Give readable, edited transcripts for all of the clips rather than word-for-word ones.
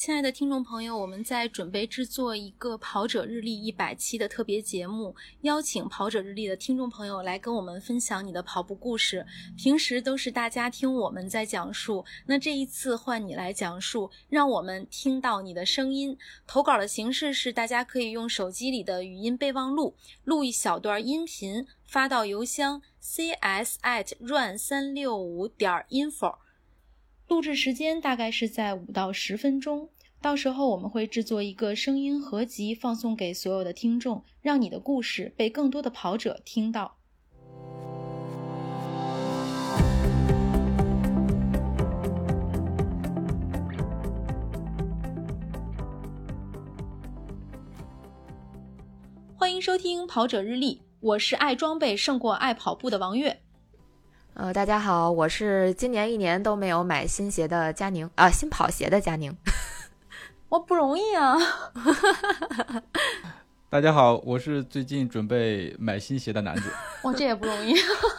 亲爱的听众朋友，我们在准备制作一个跑者日历100期的特别节目，邀请跑者日历的听众朋友来跟我们分享你的跑步故事。平时都是大家听我们在讲述，那这一次换你来讲述，让我们听到你的声音。投稿的形式是大家可以用手机里的语音备忘录录一小段音频，发到邮箱 cs@run365.info， 录制时间大概是在5到10分钟，到时候我们会制作一个声音合集放送给所有的听众，让你的故事被更多的跑者听到。欢迎收听跑者日历，我是爱装备胜过爱跑步的王悦。 大家好，我是今年1年都没有买新鞋的佳宁新跑鞋的佳宁。 我不容易啊。 大家好，我是最近准备买新鞋的男子。 哇，这也不容易。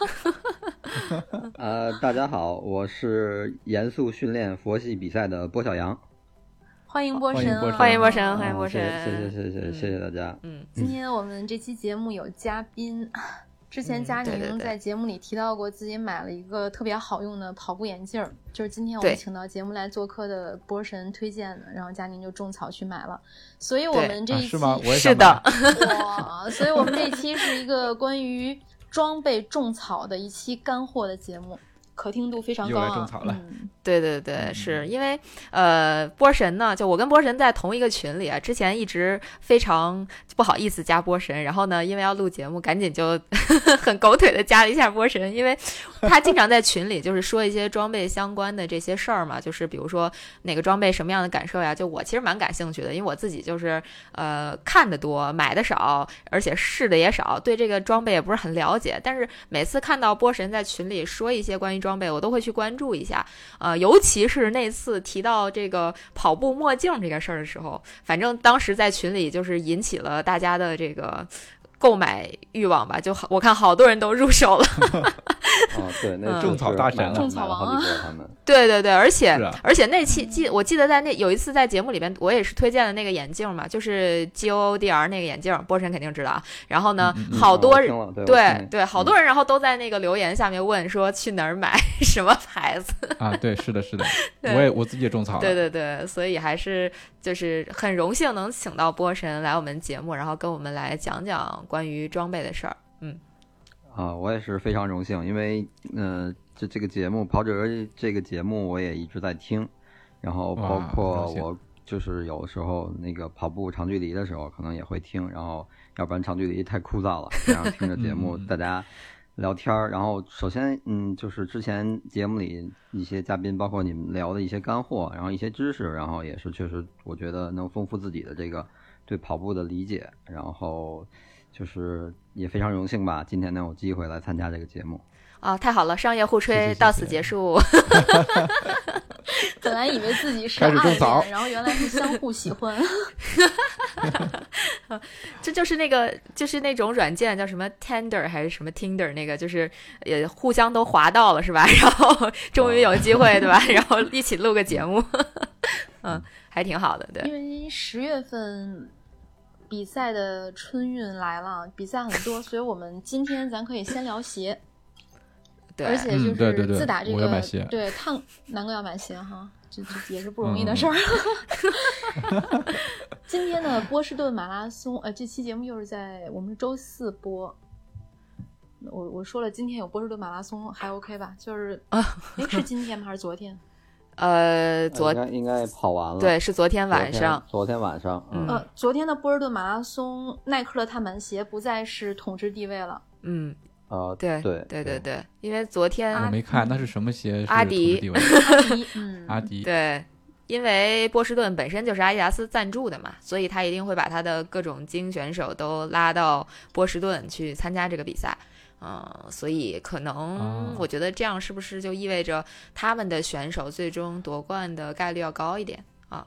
大家好，我是严肃训练佛系比赛的波小杨。 欢迎波神， 欢迎波神，欢迎波神。 谢谢大家。 今天我们这期节目有嘉宾。之前佳宁在节目里提到过自己买了一个特别好用的跑步眼镜，就是今天我们请到节目来做客的波神推荐的，然后佳宁就种草去买了。所以我们这一期是吗？我也是的。 哇，所以我们这一期是一个关于装备种草的一期干货的节目，可听度非常高啊。 又来种草了。 对对对，是因为波神呢，就我跟波神在同一个群里啊，之前一直非常不好意思加波神，然后呢，因为要录节目，赶紧就很狗腿的加了一下波神，因为他经常在群里就是说一些装备相关的这些事儿嘛，就是比如说哪个装备什么样的感受呀，就我其实蛮感兴趣的，因为我自己就是看的多，买的少，而且试的也少，对这个装备也不是很了解，但是每次看到波神在群里说一些关于装备，我都会去关注一下。尤其是那次提到这个跑步墨镜这个事儿的时候，反正当时在群里就是引起了大家的这个购买欲望吧，就我看好多人都入手了。 对，那种草大神了， 种草王啊！ 对对对，而且那期我记得在有一次在节目里边，我也是推荐了那个眼镜嘛，就是 GOODR 那个眼镜，波神肯定知道啊。然后呢，好多人对好多人，然后都在那个留言下面问说去哪儿买，什么牌子啊？对，是的，我自己也种草了。 对对对，所以还是就是很荣幸能请到波神来我们节目，然后跟我们来讲讲关于装备的事儿。 我也是非常荣幸，因为这个节目跑者这个节目我也一直在听，然后包括我就是有时候那个跑步长距离的时候可能也会听，然后要不然长距离太枯燥了，这样听着节目大家聊天。然后首先就是之前节目里一些嘉宾包括你们聊的一些干货，然后一些知识，然后也是确实我觉得能丰富自己的这个对跑步的理解，然后就是也非常荣幸吧，今天能有机会来参加这个节目。 太好了，商业互吹到此结束。 本来以为自己是暗恋，然后原来是相互喜欢。 这就是那种软件叫什么 Tinder 还是什么 Tinder 那个，就是也互相都滑到了是吧？然后终于有机会对吧？然后一起录个节目，还挺好的。对， 因为10月份比赛的春运来了，比赛很多，所以我们今天咱可以先聊鞋。 对， 而且就是自打这个对南哥要买鞋哈，这也是不容易的事儿。今天的波士顿马拉松，这期节目又是在我们周4播。我说了，今天有波士顿马拉松还 OK 吧？就是是今天吗？还是昨天？ 应该跑完了。 对，是昨天晚上。 昨天晚上。 昨天的波士顿马拉松，耐克的碳板鞋不再是统治地位了。 对，因为昨天我没看那是什么鞋， 阿迪， 阿迪， 对，因为波士顿本身就是阿迪达斯赞助的嘛，所以他一定会把他的各种精英选手都拉到波士顿去参加这个比赛。所以可能我觉得这样是不是就意味着他们的选手最终夺冠的概率要高一点啊？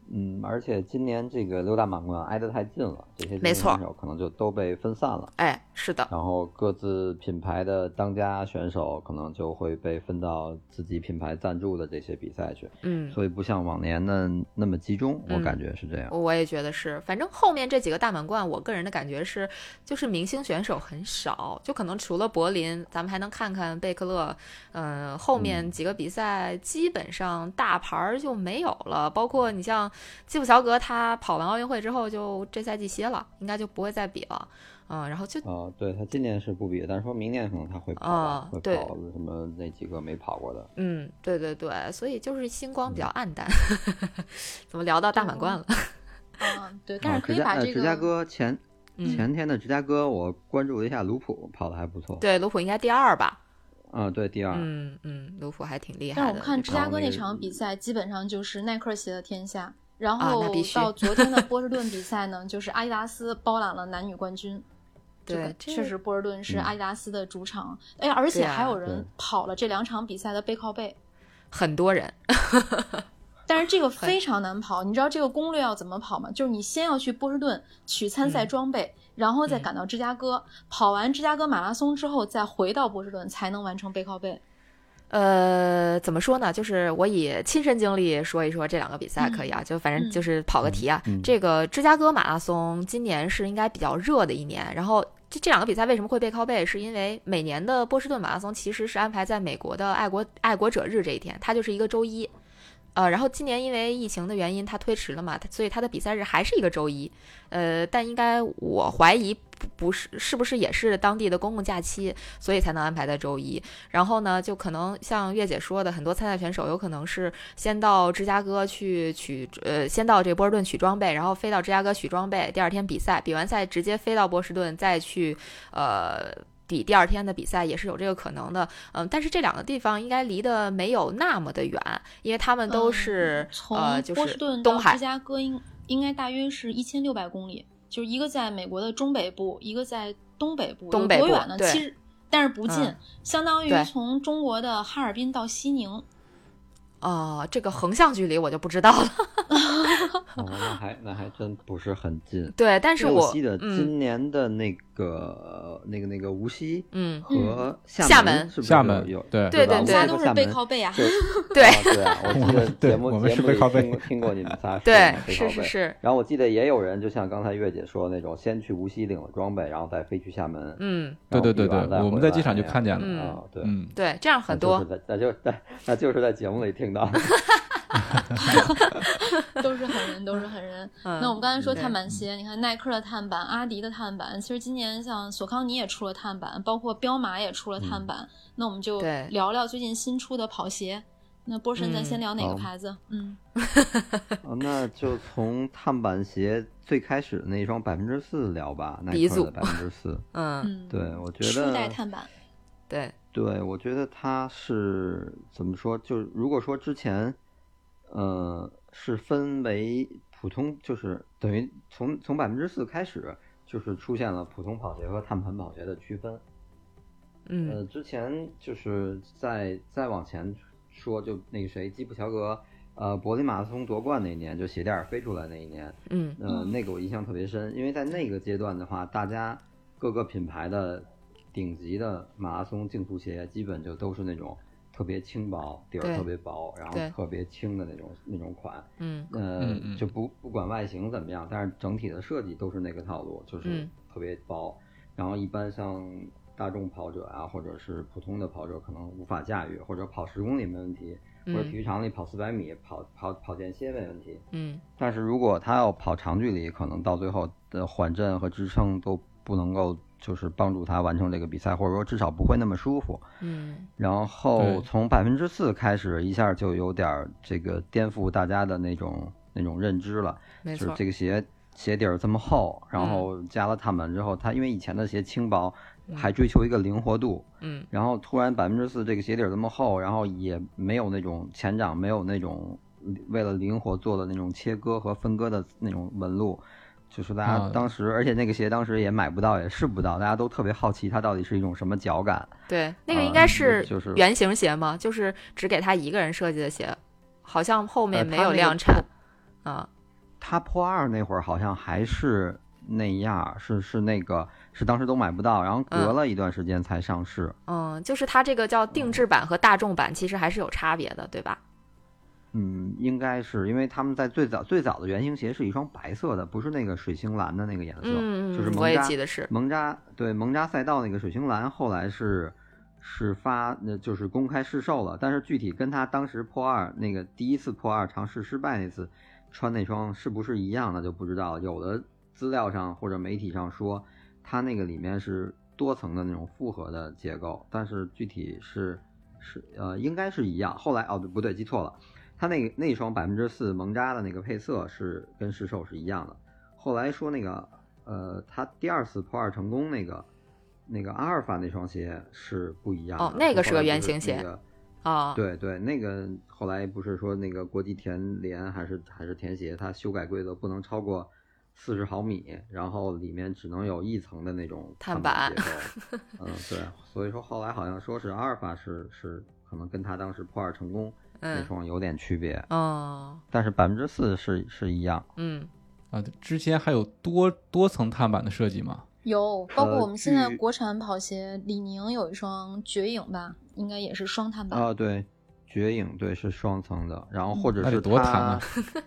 而且今年这个6大满贯挨得太近了，这些精英选手可能就都被分散了。 哎，是的。 然后各自品牌的当家选手可能就会被分到自己品牌赞助的这些比赛去。所以不像往年的那么集中，我感觉是这样。 我也觉得是，反正后面这几个大满贯，我个人的感觉是，就是明星选手很少，就可能除了柏林，咱们还能看看贝克勒。后面几个比赛基本上大牌就没有了，包括你像基普乔格，他跑完奥运会之后就这赛季歇了，应该就不会再比了。然后就对，他今年是不比，但是说明年可能他会跑，会跑什么那几个没跑过的。 对对对，所以就是星光比较暗淡。怎么聊到大满贯了？ 对，但是可以把这个芝加哥前天的芝加哥，我关注了一下卢普，跑得还不错。 对，卢普应该第2吧？ 对，第2。 卢普还挺厉害的。 但是我看芝加哥那场比赛，基本上就是耐克鞋的天下。然后到昨天的波士顿比赛呢，就是阿迪达斯包揽了男女冠军。 对， 确实波士顿是阿迪达斯的主场。哎呀，而且还有人跑了这2场比赛的背靠背， 很多人。 但是这个非常难跑，你知道这个攻略要怎么跑吗？就是你先要去波士顿取参赛装备，然后再赶到芝加哥，跑完芝加哥马拉松之后再回到波士顿才能完成背靠背。 怎么说呢？就是我以亲身经历说一说这2个比赛可以啊，就反正就是跑个题啊。这个芝加哥马拉松今年是应该比较热的一年，然后这2个比赛为什么会背靠背？是因为每年的波士顿马拉松其实是安排在美国的爱国者日这一天，它就是一个周一。然后今年因为疫情的原因，它推迟了嘛，所以它的比赛日还是一个周一。但应该我怀疑是不是也是当地的公共假期，所以才能安排在周一。然后呢，就可能像月姐说的，很多参赛选手有可能是先到芝加哥去先到这个波士顿取装备，然后飞到芝加哥取装备，第2天比赛，比完赛直接飞到波士顿再去比第2天的比赛，也是有这个可能的。但是这2个地方应该离得没有那么的远，因为他们都是从就是波士顿东海到芝加哥应该大约是1600公里，就是一个在美国的中北部，一个在东北部。有多远呢？其实但是不近，相当于从中国的哈尔滨到西宁。 这个横向距离我就不知道了。 那还真不是很近。 对，但是我记得今年的那个无锡和厦门是不是厦门有？ 对， 仨都是背靠背啊。 对啊，我记得节目里听过你们仨对， 是。然后我记得也有人就像刚才月姐说的那种，先去无锡领了装备，然后再飞去厦门。 对，我们在机场就看见了。 对，这样很多。 那就是在节目里听到。 都是狠人。那我们刚才说碳板鞋，你看耐克的碳板，阿迪的碳板，其实今年像索康尼也出了碳板，包括彪马也出了碳板。那我们就聊聊最近新出的跑鞋。那波神，咱先聊哪个牌子？ 那就从碳板鞋最开始的那一双4%聊吧，耐克的4%。对，我觉得初代碳板。 对，我觉得它是怎么说？就如果说之前，是分为普通，就是等于从4%开始，就是出现了普通跑鞋和碳板跑鞋的区分。之前就是再往前说，就那个谁，基普乔格，柏林马拉松夺冠那一年，就鞋垫飞出来那一年，那个我印象特别深，因为在那个阶段的话，大家各个品牌的顶级的马拉松竞速鞋基本就都是那种特别轻薄，底儿特别薄，然后特别轻的那种款。就不管外形怎么样，但是整体的设计都是那个套路，就是特别薄。然后一般像大众跑者啊，或者是普通的跑者可能无法驾驭，或者跑10公里没问题，或者体育场里跑400米跑间歇没问题。但是如果他要跑长距离，可能到最后的缓震和支撑都不能够就是帮助他完成这个比赛，或者说至少不会那么舒服。然后从4%开始，一下就有点这个颠覆大家的那种认知了。就是这个鞋底儿这么厚，然后加了碳板之后，它因为以前的鞋轻薄，还追求一个灵活度。然后突然4%这个鞋底儿这么厚，然后也没有那种前掌没有那种为了灵活做的那种切割和分割的那种纹路。就是大家当时，而且那个鞋当时也买不到，也试不到，大家都特别好奇它到底是一种什么脚感。 对，那个应该是原型鞋吗？就是只给他一个人设计的鞋，好像后面没有量产。 他破2那会儿好像还是那样，是那个是当时都买不到，然后隔了一段时间才上市。 就是它这个叫定制版和大众版其实还是有差别的，对吧？ 应该是因为他们在最早的原型鞋是一双白色的，不是那个水星蓝的那个颜色，就是我也记得是蒙扎赛道那个水星蓝，后来是就是公开试售了，但是具体跟他当时破2那个第一次破2尝试失败那次穿那双是不是一样的就不知道了。有的资料上或者媒体上说它那个里面是多层的那种复合的结构，但是具体是应该是一样。后来不对，记错了，它那双4%蒙扎的那个配色是跟市售是一样的。后来说那个它第2次破2成功那个阿尔法那双鞋是不一样的。 那个是个原型鞋。 对，那个后来不是说那个国际田联还是田协，它修改规则不能超过40毫米，然后里面只能有1层的那种碳板结构。对，所以说后来好像说是阿尔法是可能跟它当时破2成功那双有点区别。但是4%是一样。 之前还有多层碳板的设计吗？ 有，包括我们现在国产跑鞋，李宁有一双绝影吧，应该也是双碳板。 对，绝影对是双层的，然后或者是多弹啊？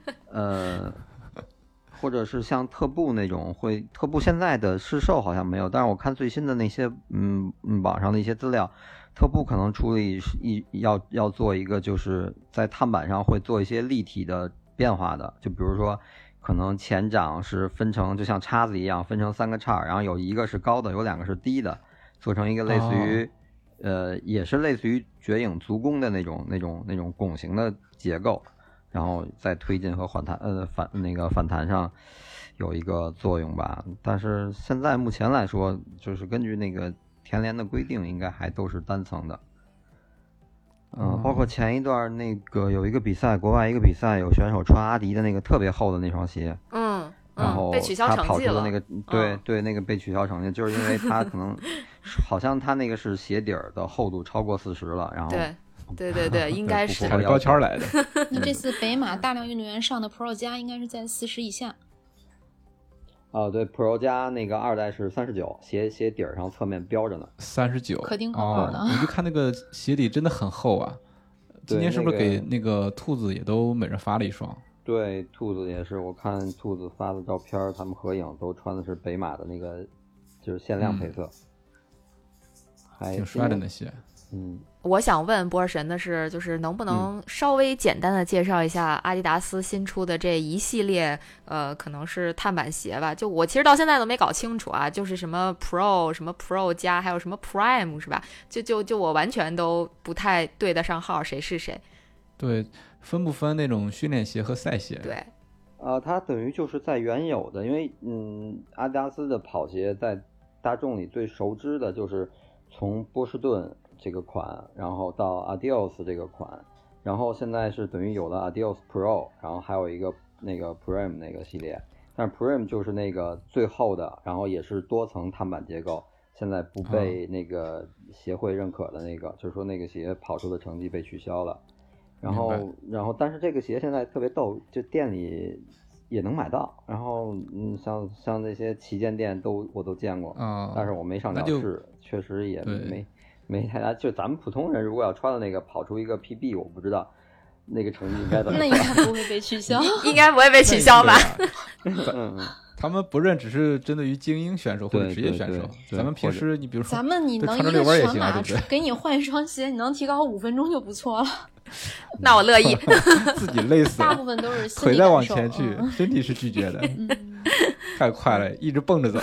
或者是像特步那种特步现在的市售好像没有，但是我看最新的那些网上的一些资料，特步可能出了要做一个，就是在碳板上会做一些立体的变化的，就比如说可能前掌是分成就像叉子一样分成3个叉，然后有一个是高的，有2个是低的，做成一个类似于也是类似于绝影足弓的那种拱形的结构，然后在推进和反弹上有一个作用吧。但是现在目前来说，就是根据那个田联的规定，应该还都是单层的。包括前一段那个有一个比赛，国外一个比赛有选手穿阿迪的那个特别厚的那双鞋，然后被取消他成绩了。 跑出的那个对那个被取消成绩，就是因为他可能好像他那个是鞋底儿的厚度超过40了，然后对，应该是高圈来的。 那这次北马大量运动员上的 Pro 加应该是在40以下。 对 Pro 加那个2代是39，鞋底上侧面标着呢 39， 可丁可口的。 我就看那个鞋底真的很厚啊。今年是不是给那个兔子也都每人发了一双？ 对，兔子也是，我看兔子发的照片，他们合影都穿的是北马的那个就是限量配色，还挺帅的那鞋。 我想问波尔神的是，就是能不能稍微简单的介绍一下阿迪达斯新出的这一系列可能是碳板鞋吧？就我其实到现在都没搞清楚啊，就是什么 Pro 什么 Pro 加还有什么 Prime 是吧？就我完全都不太对得上号，谁是谁？ 对，分不分那种训练鞋和赛鞋？ 对， 它等于就是在原有的，因为阿迪达斯的跑鞋在大众里最熟知的就是从波士顿这个款，然后到 Adios 这个款，然后现在是等于有了 Adios Pro， 然后还有一个那个 Prime 那个系列，但是 Prime 就是那个最厚的，然后也是多层碳板结构，现在不被那个协会认可的那个，就是说那个鞋跑出的成绩被取消了。然后但是这个鞋现在特别逗，就店里也能买到，然后像那些旗舰店我都见过，但是我没上脚试，确实也没太大。就咱们普通人如果要穿了那个跑出一个 PB， 我不知道那个成绩应该怎么。 那应该不会被取消， 应该不会被取消吧？ 他们不认只是针对于精英选手或者职业选手，咱们平时你比如说咱们你能一个全马给你换一双鞋，你能提高5分钟就不错了。 那我乐意。 自己累死了， 大部分都是腿再往前去，身体是拒绝的。太快了，一直蹦着走。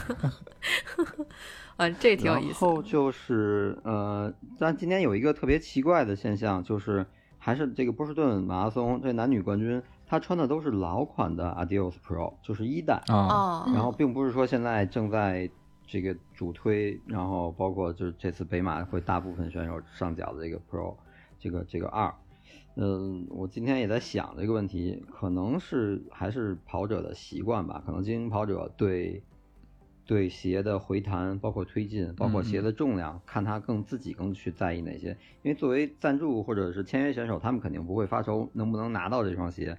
这挺有意思。 然后就是但今天有一个特别奇怪的现象，就是还是这个波士顿马拉松这男女冠军，他穿的都是老款的 Adios Pro， 就是1代然后并不是说现在正在这个主推，然后包括就是这次北马会大部分选手上脚的这个 Pro， 这个2。我今天也在想这个问题，可能是还是跑者的习惯吧，可能精英跑者对鞋的回弹，包括推进，包括鞋的重量，看他自己更去在意哪些。因为作为赞助或者是签约选手，他们肯定不会发愁能不能拿到这双鞋，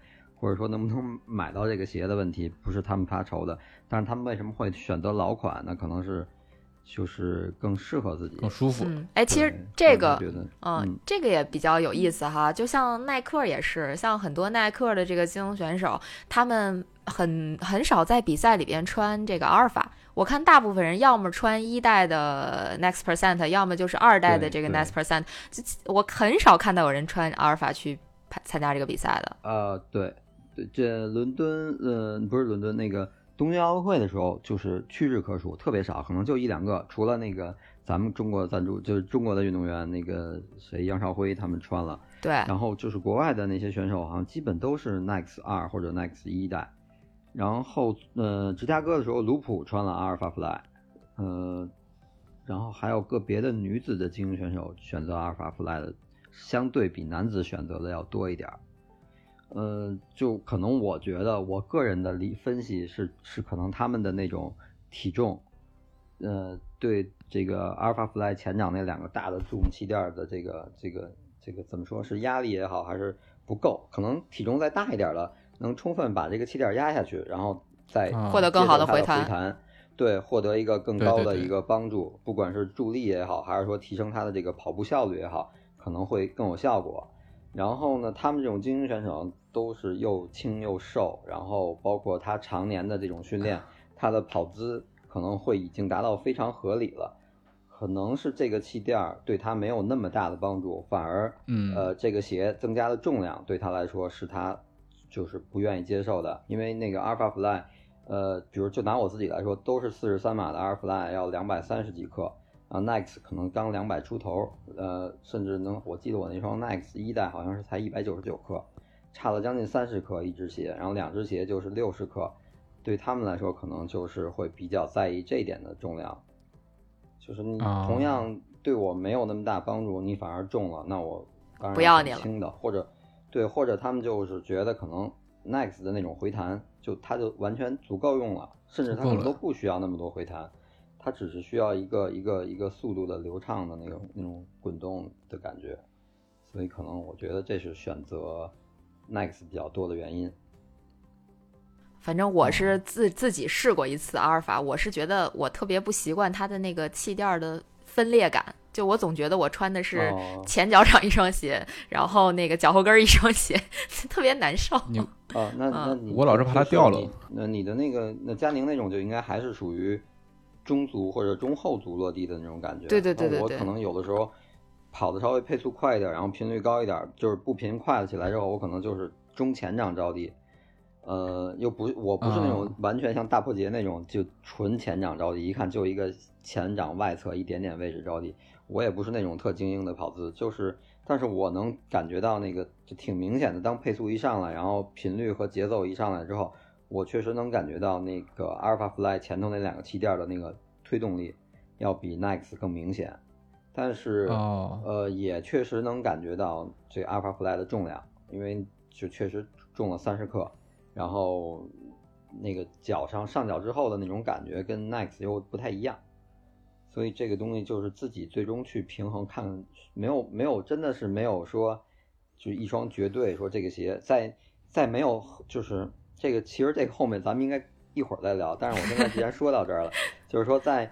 或者说能不能买到这个鞋的问题，不是他们发愁的。但是他们为什么会选择老款？那可能是就是更适合自己， 更舒服。 其实这个这个也比较有意思哈。就像耐克也是，像很多耐克的这个精英选手，他们很少在比赛里边穿这个阿尔法。我看大部分人要么穿1代的 Next Percent， 要么就是2代的这个 Next Percent。我很少看到有人穿阿尔法去参加这个比赛的。 对，这伦敦不是伦敦那个东京奥运会的时候，就是屈指可数，特别少，可能就1-2个，除了那个咱们中国赞助，就是中国的运动员，那个谁杨少辉他们穿了。 对， 然后就是国外的那些选手，好像基本都是 Next 2或者 Next 1代。然后芝加哥的时候，卢普穿了阿尔法 Fly，然后还有个别的女子的精英选手选择阿尔法 Fly 的，相对比男子选择的要多一点。就可能我觉得我个人的分析是可能他们的那种体重，对这个阿尔法 Fly 前掌那2个大的Zoom气垫的这个怎么说是压力也好还是不够，可能体重再大一点的能充分把这个气垫压下去，然后再获得更好的回弹， 对，获得一个更高的一个帮助，不管是助力也好，还是说提升他的这个跑步效率也好，可能会更有效果。然后呢，他们这种精英选手都是又轻又瘦，然后包括他常年的这种训练，他的跑姿可能会已经达到非常合理了。可能是这个气垫对他没有那么大的帮助，反而这个鞋增加的重量对他来说是他就是不愿意接受的。因为那个 Alpha Fly 比如就拿我自己来说，都是43码的 Alpha Fly 要230几克，然后 Next 可能刚200出头，甚至我记得我那双 Next 1代好像是才199克，差了将近30克一只鞋，然后2只鞋就是60克，对他们来说可能就是会比较在意这一点的重量，就是你同样对我没有那么大帮助，你反而重了，那我当然不要你了， 轻的，或者他们就是觉得可能 Next 的那种回弹它就完全足够用了，甚至他们都不需要那么多回弹，它只是需要一个速度的流畅的那种滚动的感觉，所以可能我觉得这是选择 Next 比较多的原因。 反正我是自己试过一次阿尔法，我是觉得我特别不习惯它的那个气垫的分裂感，就我总觉得我穿的是前脚掌一双鞋，然后那个脚后跟一双鞋，特别难受。 那你我老是怕它掉了。 那你的那佳宁那种就应该还是属于中足或者中后足落地的那种感觉。 对， 我可能有的时候跑的稍微配速快一点，然后频率高一点，就是步频快了起来之后，我可能就是中前掌着地。我不是那种完全像大破节那种就纯前掌着地，一看就一个前掌外侧一点点位置着地。我也不是那种特精英的跑姿，但是我能感觉到那个就挺明显的，当配速一上来，然后频率和节奏一上来之后，我确实能感觉到那个 Alpha Fly 前头那2个气垫的那个推动力要比 Next 更明显，但是也确实能感觉到这个 Alpha Fly 的重量，因为就确实重了30克。然后那个上脚之后的那种感觉跟 Next 又不太一样，所以这个东西就是自己最终去平衡看，没有真的是没有说就一双绝对说这个鞋在没有就是这个其实这个后面咱们应该一会儿再聊，但是我现在既然说到这儿了，就是说在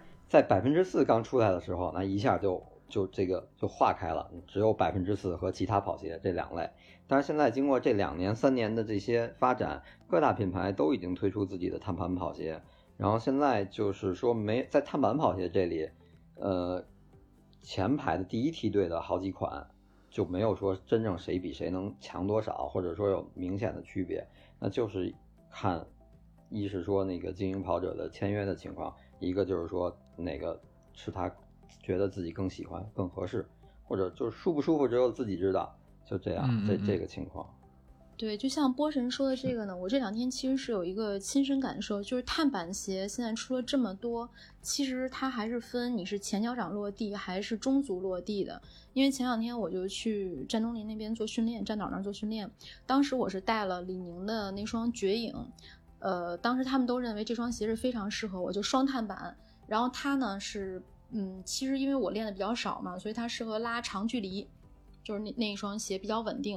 4%刚出来的时候，那一下就这个就化开了，只有4%和其他跑鞋这2类。但是现在经过这2年3年的这些发展，各大品牌都已经推出自己的碳板跑鞋，然后现在就是说在碳板跑鞋这里，前排的第一梯队的好几款就没有说真正谁比谁能强多少，或者说有明显的区别，那就是看一是说那个精英跑者的签约的情况，一个就是说哪个是他觉得自己更喜欢更合适，或者就是舒不舒服只有自己知道，就这样这个情况。 对，就像波神说的这个呢，我这2天其实是有一个亲身感受，就是碳板鞋现在出了这么多，其实它还是分你是前脚掌落地还是中足落地的。因为前2天我就去战东林那边做训练，站岛那儿做训练，当时我是带了李宁的那双绝影，当时他们都认为这双鞋是非常适合我，就双碳板，然后它呢是其实因为我练的比较少嘛，所以它适合拉长距离，就是那一双鞋比较稳定。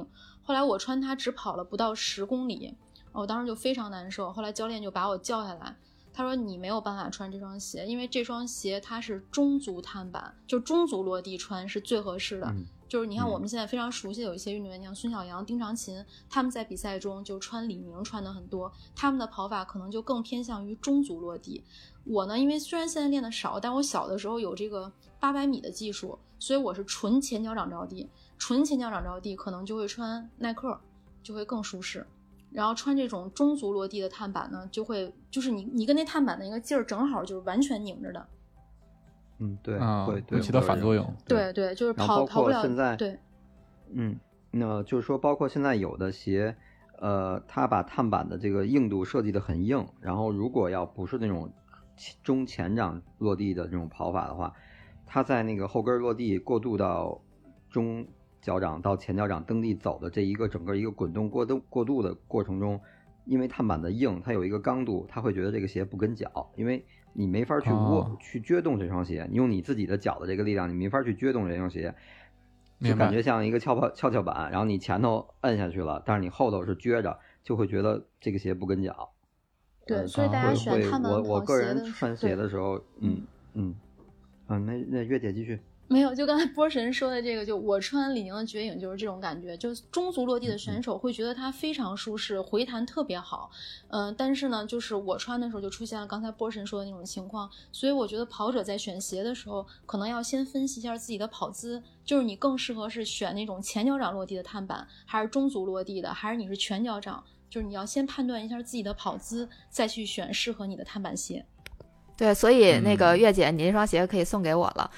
后来我穿它只跑了不到10公里，我当时就非常难受。后来教练就把我叫下来，他说你没有办法穿这双鞋，因为这双鞋它是中足碳板，就中足落地穿是最合适的。就是你看我们现在非常熟悉的有一些运动员，像孙晓阳、丁长琴，他们在比赛中就穿李宁穿的很多，他们的跑法可能就更偏向于中足落地。我呢，因为虽然现在练的少，但我小的时候有这个800米的技术，所以我是纯前脚掌着地，纯前脚掌着地可能就会穿耐克，就会更舒适。然后穿这种中足落地的碳板呢，就是你跟那碳板的一个劲儿正好就是完全拧着的。 对， 会起到反作用。 对，就是跑不了。 现在对， 那就是说，包括现在有的鞋，它把碳板的这个硬度设计得很硬，然后如果要不是那种中前掌落地的这种跑法的话，它在那个后跟落地过渡到中脚掌到前脚掌蹬地走的这一个整个一个滚动过渡的过程中，因为碳板的硬，它有一个刚度，它会觉得这个鞋不跟脚，因为你没法去撅动这双鞋，你用你自己的脚的这个力量，你没法去撅动这双鞋，就感觉像一个跷跷板，然后你前头摁下去了，但是你后头是撅着，就会觉得这个鞋不跟脚。 对，所以大家选碳板跑鞋的我个人穿鞋的时候，那月姐继续。 没有，就刚才波神说的这个，就我穿李宁的绝影就是这种感觉，就中足落地的选手会觉得它非常舒适，回弹特别好。但是呢，就是我穿的时候就出现了刚才波神说的那种情况，所以我觉得跑者在选鞋的时候，可能要先分析一下自己的跑姿，就是你更适合是选那种前脚掌落地的碳板，还是中足落地的，还是你是全脚掌，就是你要先判断一下自己的跑姿，再去选适合你的碳板鞋。 对，所以那个月姐，你这双鞋可以送给我了。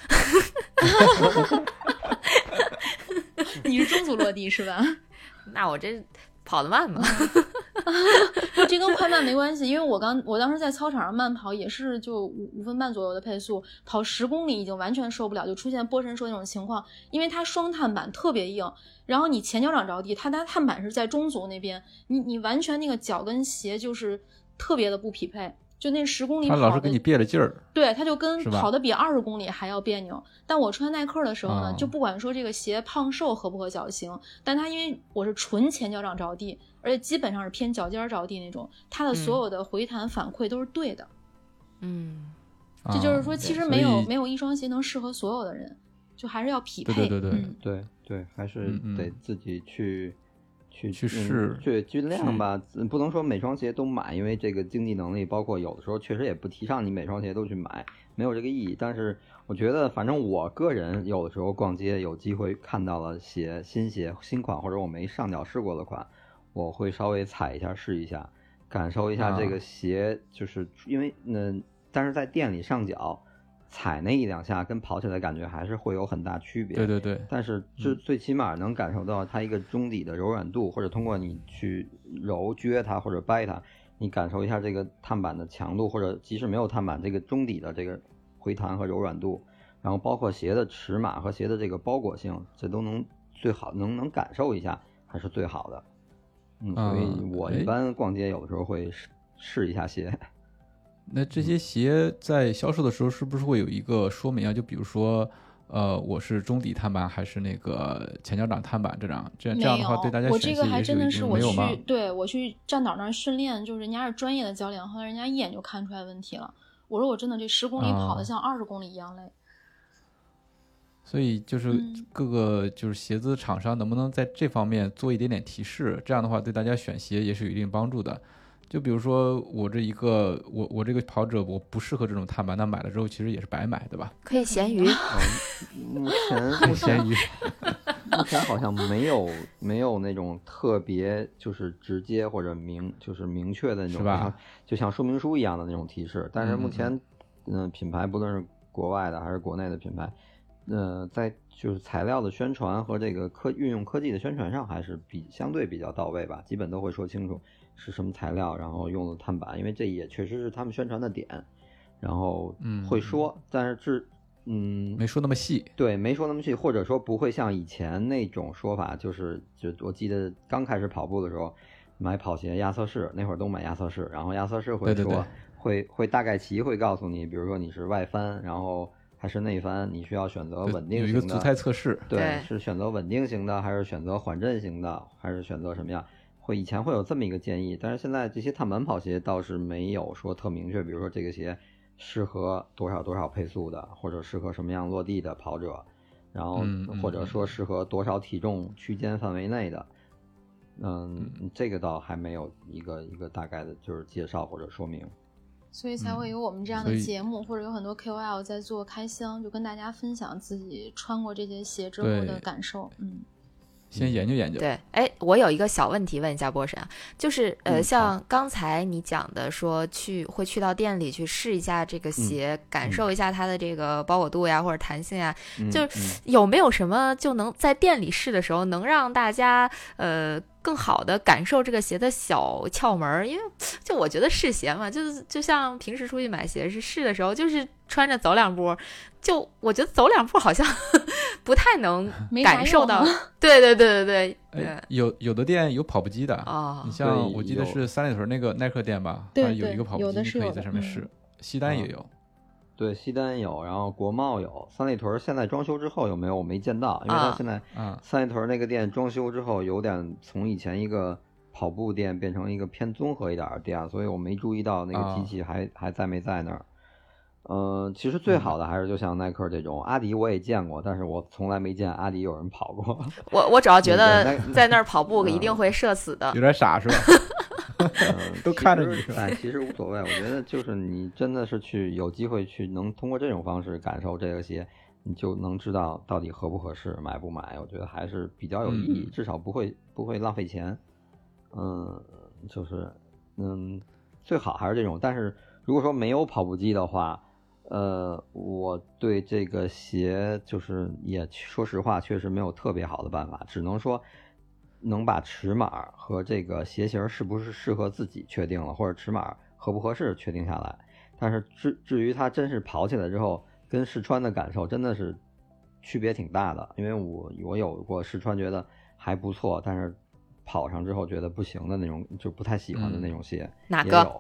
你是中足落地是吧？ 那我这跑得慢吗？ 这跟快慢没关系，因为我当时在操场上慢跑也是就5分半左右的配速，跑10公里已经完全受不了，就出现波神说那种情况，因为它双碳板特别硬，然后你前脚掌着地，它碳板是在中足那边，你完全那个脚跟鞋就是特别的不匹配。就那10公里跑的， 他老是给你别了劲儿， 对，他就跟跑的比20公里还要别扭。但我穿耐克的时候呢，就不管说这个鞋胖瘦合不合脚型，但它因为我是纯前脚掌着地，而且基本上是偏脚尖着地那种，它的所有的回弹反馈都是对的。这就是说，其实没有一双鞋能适合所有的人，就还是要匹配。 对，还是得自己去试， 去尽量吧，不能说每双鞋都买，因为这个经济能力，包括有的时候确实也不提倡你每双鞋都去买，没有这个意义。但是我觉得，反正我个人有的时候逛街有机会看到了新款，或者我没上脚试过的款，我会稍微踩一下试一下，感受一下这个鞋，就是因为但是在店里上脚踩那1-2下跟跑起来感觉还是会有很大区别。 对， 但是最起码能感受到它一个中底的柔软度，或者通过你去撅它或者掰它，你感受一下这个碳板的强度，或者即使没有碳板，这个中底的这个回弹和柔软度，然后包括鞋的尺码和鞋的这个包裹性，这都能最好能感受一下，还是最好的。所以我一般逛街有的时候会试一下鞋。 那这些鞋在销售的时候是不是会有一个说明啊？就比如说，我是中底碳板还是那个前脚掌碳板这样的话，对大家选鞋也是有一定没有吗？ 我去站岛那儿训练，就是人家是专业的教练，后来人家一眼就看出来问题了。我说我真的这10公里跑得像20公里一样累。 所以就是各个就是鞋子厂商能不能在这方面做一点点提示，这样的话对大家选鞋也是有一定帮助的。就比如说我这个跑者我不适合这种碳板，那买了之后其实也是白买，对吧？ 可以闲鱼。 目前好像没有那种特别就是直接或者明确的那种， 是吧？ 就像说明书一样的那种提示。但是目前品牌不论是国外的还是国内的品牌，在就是材料的宣传和这个运用科技的宣传上还是相对比较到位吧，基本都会说清楚是什么材料，然后用的碳板，因为这也确实是他们宣传的点，然后会说，但是没说那么细， 对，没说那么细，或者说不会像以前那种说法，就我记得刚开始跑步的时候买跑鞋压测试，那会儿都买压测试，然后压测试会说， 对， 会大概齐会告诉你，比如说你是外翻，然后还是内翻，你需要选择稳定型的， 有一个足态测试， 对，是选择稳定型的，还是选择缓震型的，还是选择什么样？以前会有这么一个建议，但是现在这些碳板跑鞋倒是没有说特明确，比如说这个鞋适合多少多少配速的，或者适合什么样落地的跑者，然后或者说适合多少体重区间范围内的。这个倒还没有一个大概的就是介绍或者说明， 所以才会有我们这样的节目，或者有很多 KOL 在做开箱，就跟大家分享自己穿过这些鞋之后的感受。 先研究研究。 对，哎，我有一个小问题问一下波神啊，就是像刚才你讲的说会去到店里去试一下这个鞋，感受一下它的这个包裹度呀或者弹性呀，就是有没有什么就能在店里试的时候能让大家更好的感受这个鞋的小窍门？因为就我觉得试鞋嘛，就像平时出去买鞋是试的时候，就是穿着走两步，就我觉得走两步好像不太能感受到。对， 有的店有跑步机的啊， 你像我记得是三里屯那个耐克店吧，它有一个跑步机，你可以在上面试。西单也有。 对，西单有，然后国贸有，三里屯现在装修之后有没有我没见到，因为它现在三里屯那个店装修之后有点从以前一个跑步店变成一个偏综合一点的店，所以我没注意到那个机器还在没在那儿。其实最好的还是就像耐克这种，阿迪我也见过，但是我从来没见阿迪有人跑过。 我主要觉得在那儿跑步一定会社死的， 有点傻是吧？都看着你。 其实无所谓，我觉得就是你真的是有机会去能通过这种方式感受这个鞋，你就能知道到底合不合适，买不买，我觉得还是比较有意义，至少不会浪费钱。就是最好还是这种，但是如果说没有跑步机的话，我对这个鞋就是也说实话确实没有特别好的办法，只能说能把尺码和这个鞋型是不是适合自己确定了，或者尺码合不合适确定下来。但是至于它真是跑起来之后跟试穿的感受真的是区别挺大的，因为我有过试穿觉得还不错，但是跑上之后觉得不行的那种，就不太喜欢的那种鞋。 哪个？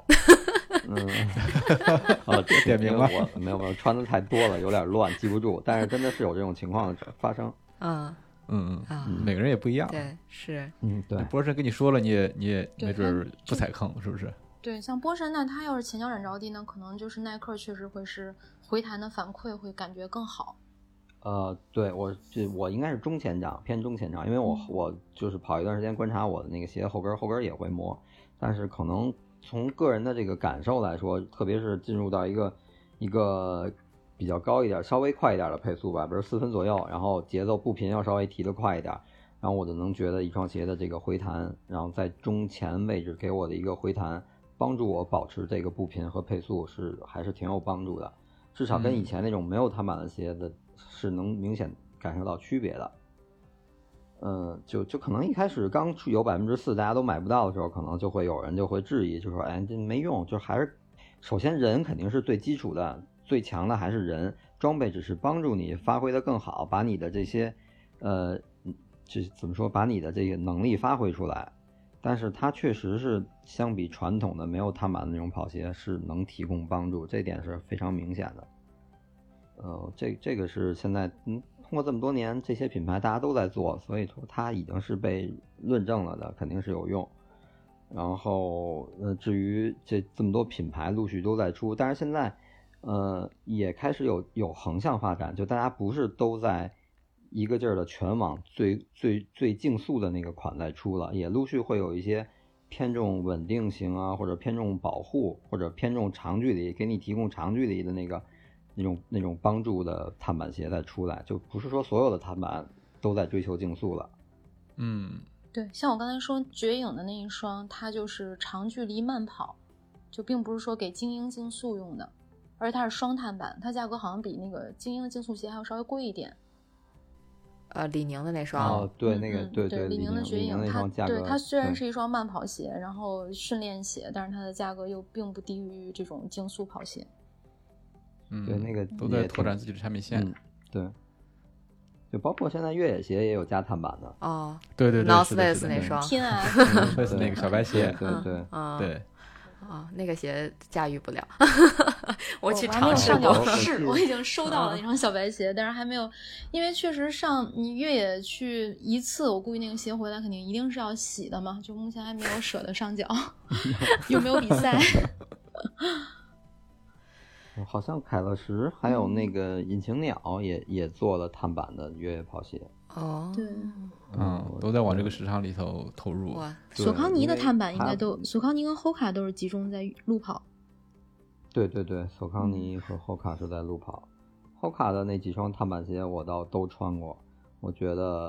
这点名了。我没有穿的太多了，有点乱，记不住。但是真的是有这种情况发生。 每个人也不一样。 对，是。 对。 波神跟你说了，你也没准不踩坑，是不是？ 对，像波神呢，他要是前脚染着地呢，可能就是耐克确实会是回弹的反馈会感觉更好。 对，我应该是中前掌，偏中前掌，因为我就是跑一段时间观察我的那个鞋后跟也会磨，但是可能从个人的这个感受来说，特别是进入到一个比较高一点稍微快一点的配速吧，比如4分左右，然后节奏步频要稍微提得快一点，然后我就能觉得一双鞋的这个回弹，然后在中前位置给我的一个回弹，帮助我保持这个步频和配速还是挺有帮助的，至少跟以前那种没有碳板的鞋的是能明显感受到区别的。就可能一开始刚有4%大家都买不到的时候，可能就会有人就会质疑，就说哎这没用，就还是首先人肯定是最基础的，最强的还是人，装备只是帮助你发挥的更好，把你的这些这怎么说，把你的这个能力发挥出来。但是它确实是相比传统的没有碳板的那种跑鞋是能提供帮助，这点是非常明显的。这个是现在通过这么多年这些品牌大家都在做，所以说它已经是被论证了的，肯定是有用。然后至于这么多品牌陆续都在出，但是现在也开始有横向发展，就大家不是都在一个劲儿的全往最竞速的那个款在出了，也陆续会有一些偏重稳定型啊，或者偏重保护，或者偏重长距离，给你提供长距离的那种帮助的碳板鞋再出来，就不是说所有的碳板都在追求竞速了。 对，像我刚才说绝影的那一双，它就是长距离慢跑，就并不是说给精英竞速用的，而且它是双碳板，它价格好像比那个精英的竞速鞋还要稍微贵一点。 李宁的那双， 对，那个对李宁的绝影，它虽然是一双慢跑鞋，然后训练鞋，但是它的价格又并不低于这种竞速跑鞋。 对，那个都在拓展自己的产品线。 对，就包括现在越野鞋也有加碳板的。 对 North Face 那双 ，North Face 那个小白鞋， 对。 啊，那个鞋驾驭不了，我去还没有尝试上脚过。 试，我已经收到了那双小白鞋，但是还没有，因为确实你越野去一次，我估计那个鞋回来肯定一定是要洗的嘛，就目前还没有舍得上脚。有没有比赛？ 好像凯乐石还有那个引擎鸟也做了碳板的越野跑鞋。 哦， 对， 都在往这个市场里头投入。 哇， 索康尼的碳板应该索康尼跟 Hoka 都是集中在路跑。 对对对，索康尼和 Hoka 是在路跑。Hoka 的那几双碳板鞋我倒都穿过，我觉得，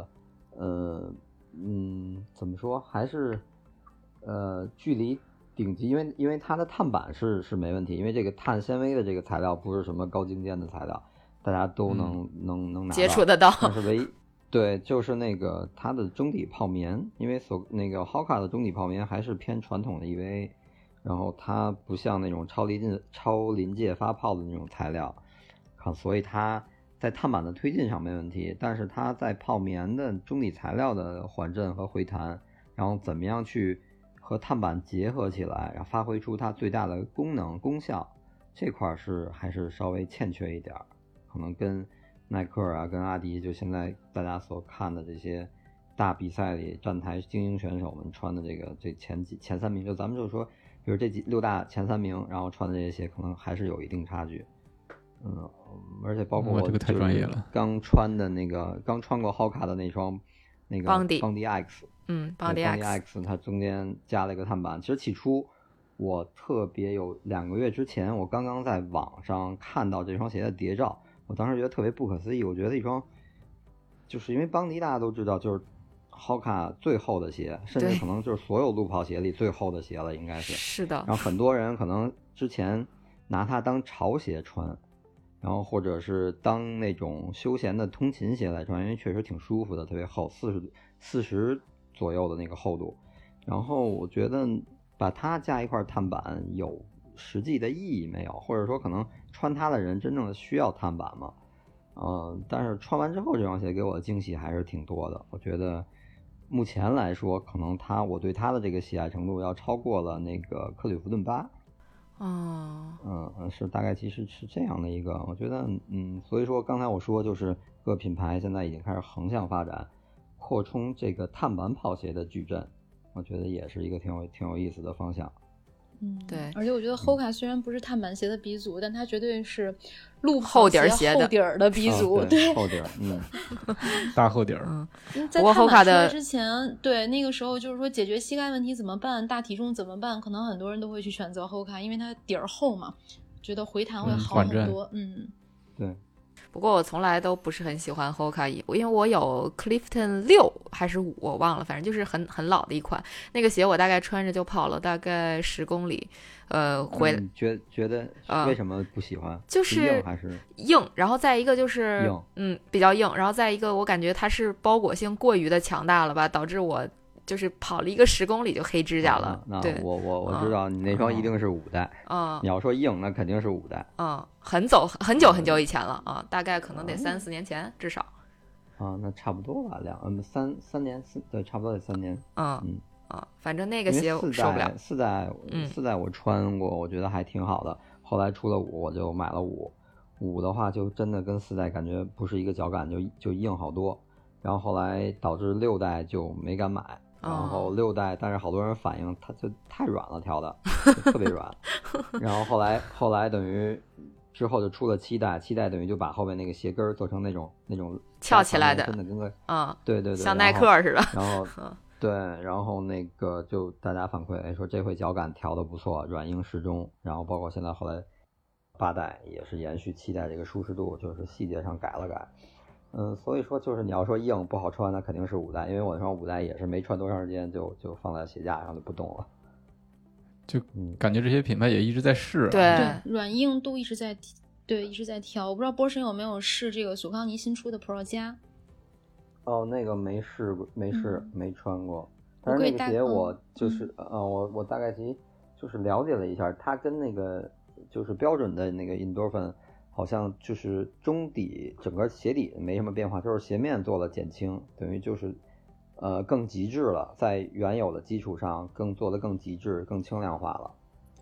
怎么说，还是距离顶级，因为它的碳板是没问题，因为这个碳纤维的这个材料不是什么高精尖的材料，大家都能拿到接触得到。 但是对，就是那个它的中底泡棉，因为那个 Hoka 的中底泡棉还是偏传统的 EVA， 然后它不像那种超临界发泡的那种材料，所以它在碳板的推进上没问题，但是它在泡棉的中底材料的缓震和回弹，然后怎么样去和碳板结合起来，然后发挥出它最大的功效，这块还是稍微欠缺一点，可能跟耐克啊，跟阿迪，就现在大家所看的这些大比赛里站台精英选手们穿的这前三名，就咱们就说，比如这6大前3名，然后穿的这些鞋，可能还是有一定差距。而且包括我这个太专业了， 刚穿过 Hoka 的那双那个邦迪 X， 邦迪 X 它中间加了一个碳板。其实起初我特别有2个月之前，我刚刚在网上看到这双鞋的谍照。我当时觉得特别不可思议，我觉得一双，就是因为邦迪大家都知道，就是 Hoka 最厚的鞋，甚至可能就是所有路跑鞋里最厚的鞋了，应该是。 是的。 然后很多人可能之前拿它当潮鞋穿，然后或者是当那种休闲的通勤鞋来穿，因为确实挺舒服的，特别厚，40左右的那个厚度。然后我觉得把它加一块碳板有实际的意义没有，或者说可能穿它的人真正的需要碳板吗？但是穿完之后这双鞋给我的惊喜还是挺多的。我觉得目前来说，可能我对它的这个喜爱程度要超过了那个克里夫顿8。是大概其实是这样的一个，我觉得所以说刚才我说就是各品牌现在已经开始横向发展，扩充这个碳板跑鞋的矩阵，我觉得也是一个挺有意思的方向。 对， 而且我觉得 Hoka 虽然不是碳板鞋的鼻祖，但它绝对是路跑厚底鞋厚底的鼻祖。 对，厚底， 大厚底。 在碳板出来之前，对那个时候就是说解决膝盖问题怎么办，大体重怎么办，可能很多人都会去选择 Hoka， 因为它底厚嘛，觉得回弹会好很多。 对。 不过我从来都不是很喜欢 Hoka， 因为我有 Clifton 6还是5我忘了，反正就是很老的一款。那个鞋我大概穿着就跑了大概10公里，回来觉得为什么不喜欢？ 就是硬还是硬，然后再一个就是比较硬，然后再一个我感觉它是包裹性过于的强大了吧，导致我就是跑了一个10公里就黑指甲了。 那对， 我知道你那双一定是5代。你要说硬，那肯定是5代。 很久以前了大概可能得3-4年前至少。 那差不多吧，3年，对，差不多得3年。 反正那个鞋我受不了。 4代我穿过，我觉得还挺好的。后来出了5，我就买了5的话，就真的跟4代感觉不是一个脚感，就硬好多。然后后来导致6代就没敢买。然后6代，但是好多人反映它就太软了，调的特别软。然后后来等于之后就出了7代，7代等于就把后面那个鞋跟做成那种翘起来的， 真的跟个对， 像耐克似的。 然后对，然后那个就大家反馈，说这回脚感调的不错，软硬适中。然后包括现在后来8代也是延续7代这个舒适度，就是细节上改了改。所以说就是你要说硬不好穿，那肯定是5代，因为我那双5代也是没穿多长时间就放在鞋架上就不动了。 就感觉这些品牌也一直在试。 对， 软硬度一直在调。我不知道波神有没有试这个索康尼新出的 Pro 加。 那个没试过，没穿过。但是那个鞋我就是我大概就是了解了一下，它跟那个就是标准的那个 Endorphin好像就是中底整个鞋底没什么变化，就是鞋面做了减轻，等于就是更极致了，在原有的基础上做得更极致更轻量化了。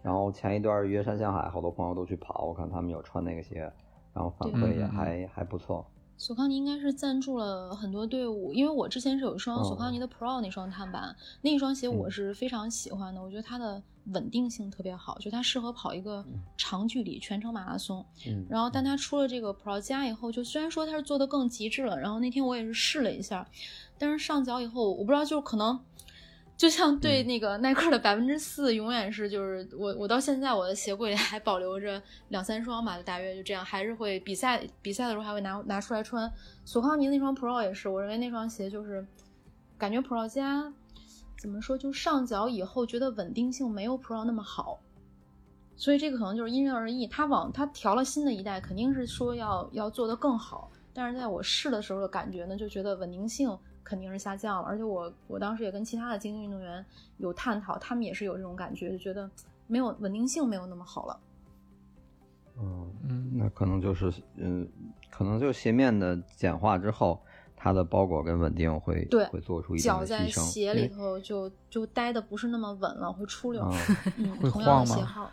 然后前一段约山向海，好多朋友都去跑，我看他们有穿那个鞋，然后反馈也还不错。 索康尼应该是赞助了很多队伍，因为我之前是有一双索康尼的 Pro 那双碳板，那一双鞋我是非常喜欢的，我觉得它的稳定性特别好，就它适合跑一个长距离全程马拉松。然后但它出了这个 Pro 加以后，就虽然说它是做的更极致了，然后那天我也是试了一下，但是上脚以后我不知道，就可能就像对那个耐克的4%，永远是就是我到现在我的鞋柜里还保留着2-3双吧，就大约就这样，还是会比赛的时候还会拿出来穿。索康尼那双 Pro 也是，我认为那双鞋就是感觉 Pro 加怎么说，就上脚以后觉得稳定性没有 Pro 那么好，所以这个可能就是因人而异。他调了新的一代，肯定是说要做得更好，但是在我试的时候的感觉呢，就觉得稳定性肯定是下降了，而且我当时也跟其他的精英运动员有探讨，他们也是有这种感觉，就觉得没有稳定性没有那么好了。 那可能就是鞋面的简化之后，它的包裹跟稳定会做出一定的牺牲。脚在鞋里头就待的不是那么稳了，会出溜。 会同样的晃吗？ 鞋号，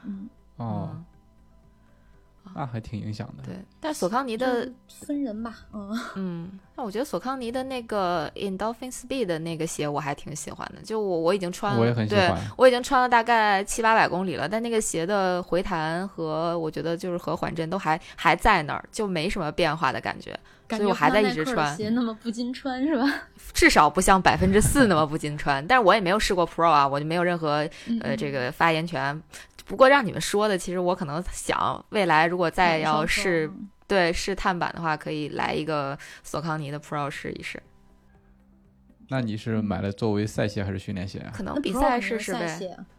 那还挺影响的。 对，但索康尼的分人吧， 那我觉得索康尼的那个 Endorphin Speed 的那个鞋我还挺喜欢的，就我已经穿了， 我也很喜欢， 对，我已经穿了大概700-800公里了，但那个鞋的回弹和我觉得就是和缓震都还在那儿，就没什么变化的感觉，所以我还在一直穿。 鞋那么不禁穿是吧？ 至少不像4%那么不禁穿，但是我也没有试过 Pro 啊，我就没有任何这个发言权。不过让你们说的，其实我可能想未来如果再要试碳板的话，可以来一个索康尼的 Pro 试一试。 那你是买了作为赛鞋还是训练鞋啊？ 可能比赛试试呗。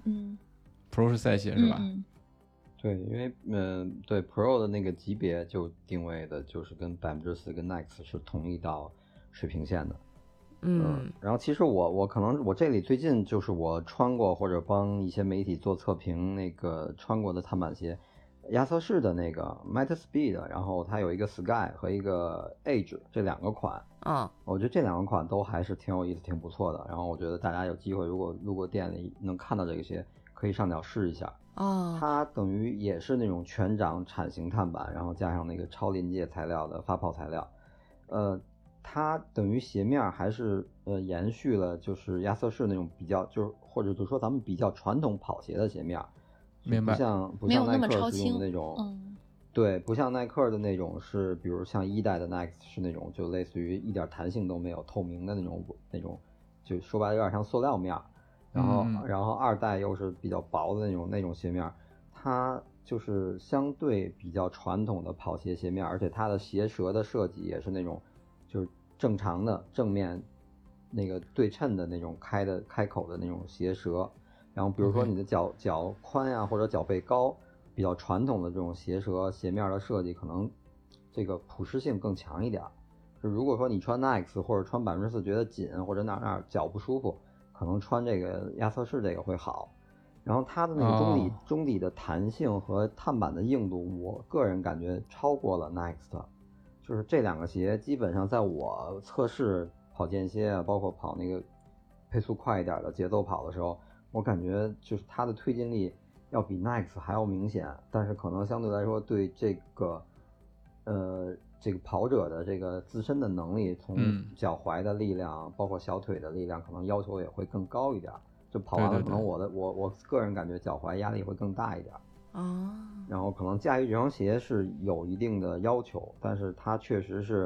Pro 是赛鞋是吧？ 对，因为对 Pro 的那个级别就定位的就是跟4%跟 Nike 是同一道水平线的。然后其实我可能我这里最近就是我穿过或者帮一些媒体做测评那个穿过的碳板鞋，亚瑟士的那个 Metaspeed， 然后它有一个 Sky 和一个 Edge 这2个款，我觉得这2个款都还是挺有意思挺不错的，然后我觉得大家有机会如果路过店里能看到这个鞋，可以上脚试一下。它等于也是那种全掌铲型碳板，然后加上那个超临界材料的发泡材料，它等于鞋面还是延续了就是亚瑟士那种比较就是或者就说咱们比较传统跑鞋的鞋面， 明白？ 不像耐克是用的那种，对，不像耐克的那种是比如像1代的 Nike 是那种就类似于一点弹性都没有透明的那种，就说白了有点像塑料面，然后2代又是比较薄的那种鞋面，它就是相对比较传统的跑鞋面，而且它的鞋舌的设计也是那种就是正常的正面那个对称的那种开口的那种鞋舌，然后比如说你的脚宽呀或者脚背高，比较传统的这种鞋舌鞋面的设计可能这个普适性更强一点。就如果说你穿 Nike 或者穿4%觉得紧或者哪脚不舒服，可能穿这个亚瑟士这个会好。然后它的那个中底的弹性和碳板的硬度，我个人感觉超过了 Nike 的。就是这2个鞋基本上在我测试跑间歇啊，包括跑那个配速快一点的节奏跑的时候，我感觉就是它的推进力要比 Nike 还要明显，但是可能相对来说对这个跑者的这个自身的能力，从脚踝的力量包括小腿的力量，可能要求也会更高一点，就跑完了可能我个人感觉脚踝压力会更大一点。然后可能驾驭这双鞋是有一定的要求，但是它确实是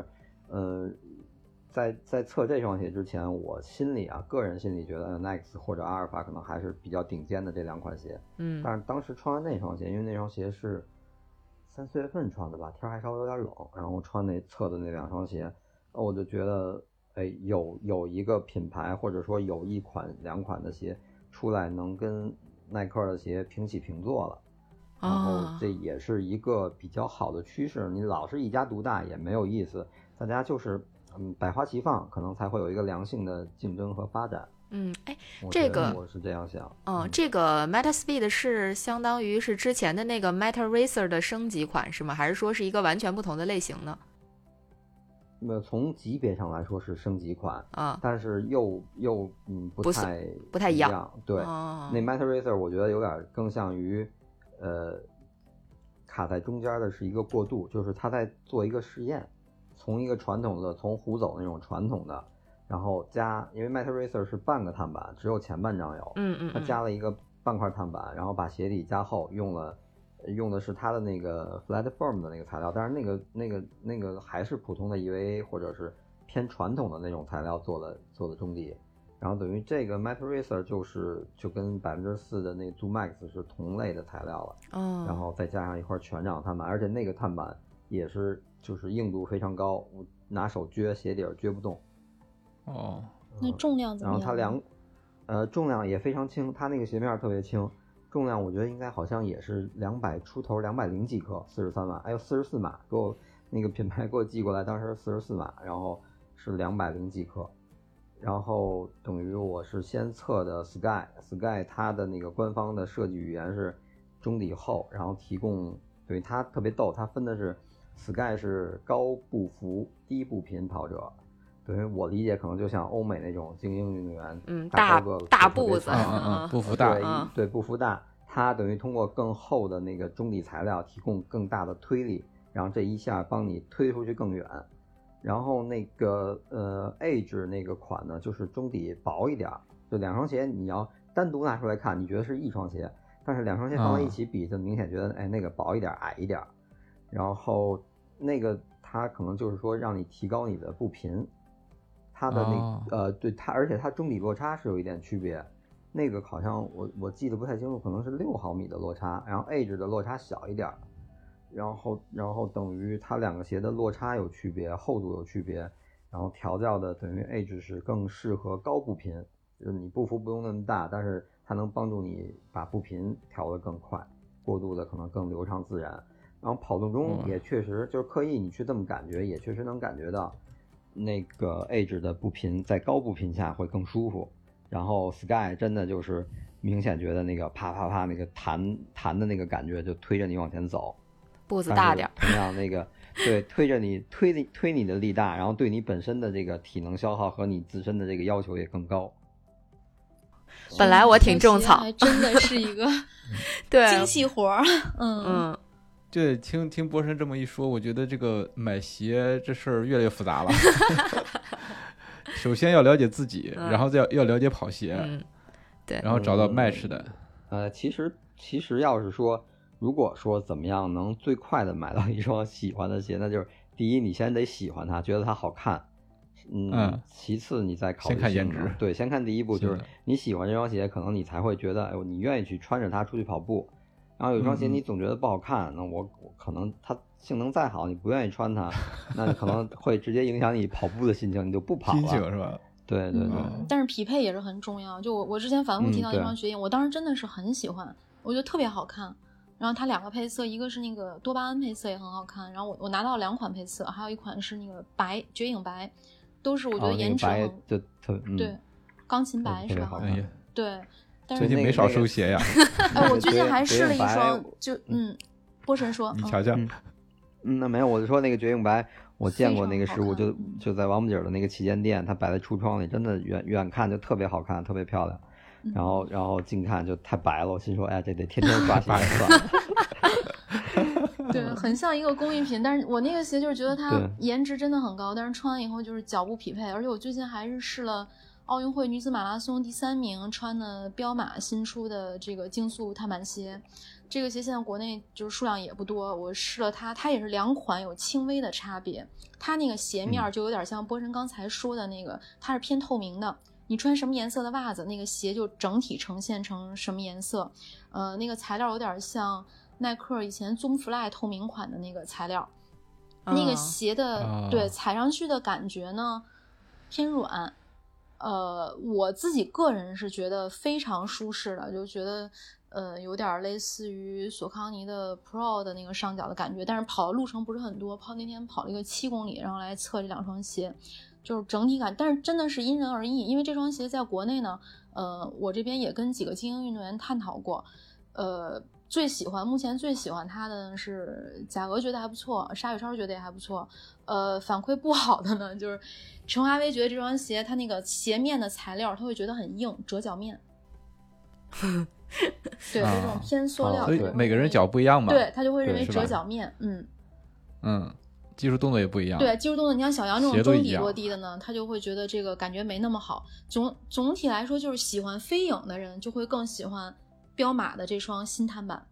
在测这双鞋之前，我个人心里觉得 Nike 或者阿尔法可能还是比较顶尖的这2款鞋。但是当时穿完那双鞋，因为那双鞋是3-4月份穿的吧，天还稍微有点冷，然后穿测的那2双鞋，我就觉得有一个品牌或者说有2款的鞋出来能跟耐克的鞋平起平坐了。然后这也是一个比较好的趋势，你老是一家独大也没有意思，大家就是百花齐放，可能才会有一个良性的竞争和发展。 这个我是这样想。 这个 Metaspeed 是相当于是之前的那个 Meta Racer 的升级款是吗？还是说是一个完全不同的类型呢？ 从级别上来说是升级款啊， 但是又不太一样。对，那 Meta Racer 我觉得有点更像于卡在中间的是一个过渡，就是他在做一个试验，从一个传统的从胡走那种传统的，然后因为 Meta Racer 是半个碳板，只有前半张有，他加了一个半块碳板，然后把鞋底加厚，用的是它的那个 Flat Foam 的那个材料，但是那个还是普通的 EVA 或者是偏传统的那种材料做的中底，然后等于这个 Meta Racer 就跟4%的那个 Zoom Max 是同类的材料了，然后再加上一块全掌碳板，而且那个碳板也是就是硬度非常高，我拿手撅鞋底撅不动。 那重量怎么样？ 然后它重量也非常轻，它那个鞋面特别轻。重量我觉得应该好像也是200出头，200几克，43码，还有44码，给我那个品牌给我寄过来，当时44码，然后是200几克，然后等于我是先测的 Sky 它的那个官方的设计语言是中底厚，然后提供，对，它特别逗，它分的是 Sky 是高步幅低步频跑者。对，我理解可能就像欧美那种精英运动员， 大步子， 步幅大， 对，步幅大，它等于通过更厚的那个中底材料提供更大的推力，然后这一下帮你推出去更远。然后那个Age 那个款呢，就是中底薄一点，就两双鞋你要单独拿出来看，你觉得是一双鞋，但是两双鞋放在一起比，就明显觉得那个薄一点，矮一点。然后那个它可能就是说让你提高你的步频。它的对它，而且它中底落差是有一点区别，那个好像我记得不太清楚，可能是6毫米的落差，然后 Age 的落差小一点，然后等于它两个鞋的落差有区别，厚度有区别，然后调教的等于 Age 是更适合高步频，就是你步幅不用那么大，但是它能帮助你把步频调得更快，过渡的可能更流畅自然，然后跑动中也确实就是刻意你去这么感觉，也确实能感觉到。那个 Age 的步频在高步频下会更舒服，然后 Sky 真的就是明显觉得那个啪啪啪那个弹的那个感觉就推着你往前走， 步子大点， 同样那个对推着你推你的力大，然后对你本身的这个体能消耗和你自身的这个要求也更高。 本来我挺种草， 还真的是一个对精细活儿， 对，听波神这么一说，我觉得这个买鞋这事儿越来越复杂了。首先要了解自己，然后再要了解跑鞋， 对， 然后找到 match 的。 其实要是说，如果说怎么样能最快的买到一双喜欢的鞋，那就是第一，你先得喜欢它，觉得它好看。其次你再考虑先看颜值。 对，先看第一步就是你喜欢这双鞋，可能你才会觉得，你愿意去穿着它出去跑步。然后有双鞋你总觉得不好看，那我可能它性能再好，你不愿意穿它，那你可能会直接影响你跑步的心情，你就不跑了。 心情是吧？ 对。 但是匹配也是很重要。就我之前反复提到一双鞋印，我当时真的是很喜欢，我觉得特别好看。然后它两个配色，一个是那个多巴胺配色也很好看，然后我拿到2款配色，还有一款是那个白绝影白，都是我觉得颜值很对，钢琴白是吧？对。 最近没少收鞋呀。 我最近还试了一双，就波神说， 你瞧瞧。 那没有，我就说那个绝影白，我见过那个实物，就在王府井的那个旗舰店，它摆在橱窗里，真的远看就特别好看，特别漂亮。然后近看就太白了，我心说，这得天天刷鞋算了。 对，很像一个工艺品，但是我那个鞋就是觉得它颜值真的很高，但是穿完以后就是脚不匹配，而且我最近还是试了奥运会女子马拉松第3名穿的彪马新出的这个竞速碳板鞋，这个鞋现在国内就是数量也不多，我试了它也是2款有轻微的差别，它那个鞋面就有点像波神刚才说的那个，它是偏透明的，你穿什么颜色的袜子，那个鞋就整体呈现成什么颜色。那个材料有点像耐克以前 Zoom Fly 透明款的那个材料，那个鞋的对踩上去的感觉呢偏软。我自己个人是觉得非常舒适的，就觉得有点类似于索康尼的 Pro 的那个上脚的感觉，但是跑的路程不是很多，那天跑了一个7公里，然后来测这2双鞋，就是整体感，但是真的是因人而异，因为这双鞋在国内呢，我这边也跟几个精英运动员探讨过， 目前最喜欢它的是贾俄觉得还不错，沙羽超觉得也还不错。反馈不好的呢，就是陈华威觉得这双鞋它那个鞋面的材料他会觉得很硬，折脚面。对，这种偏塑料， 所以每个人脚不一样嘛， 对，他就会认为折脚面， 技术动作也不一样。 对，技术动作，你像小杨这种中底落地的呢，他就会觉得这个感觉没那么好。总体来说，就是喜欢飞影的人就会更喜欢彪马的这双新碳板。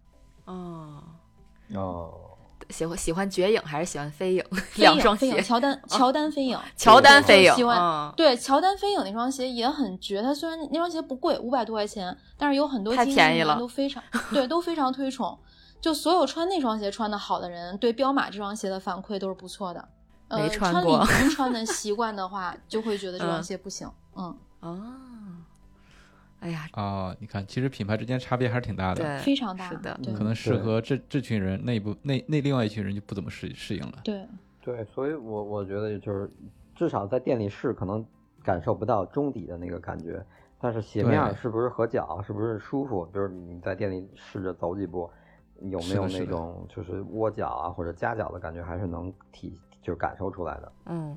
喜欢绝影还是喜欢飞影？两双鞋， 乔丹飞影， 乔丹飞影， 喜欢对乔丹飞影那双鞋也很绝。它虽然那双鞋不贵，500多块钱，但是有很多经纪人都非常推崇。就所有穿那双鞋穿的好的人，对彪马这双鞋的反馈都是不错的。 没穿过， 穿李宁穿的习惯的话，就会觉得这双鞋不行。 哎呀你看，其实品牌之间差别还是挺大的， 对， 非常大， 是的， 可能适合这群人，那另外一群人就不怎么适应了。 对，所以我觉得就是至少在店里试，可能感受不到中底的那个感觉，但是鞋面是不是合脚，是不是舒服，就是你在店里试着走几步，有没有那种就是窝脚啊或者夹脚的感觉，还是能就是感受出来的。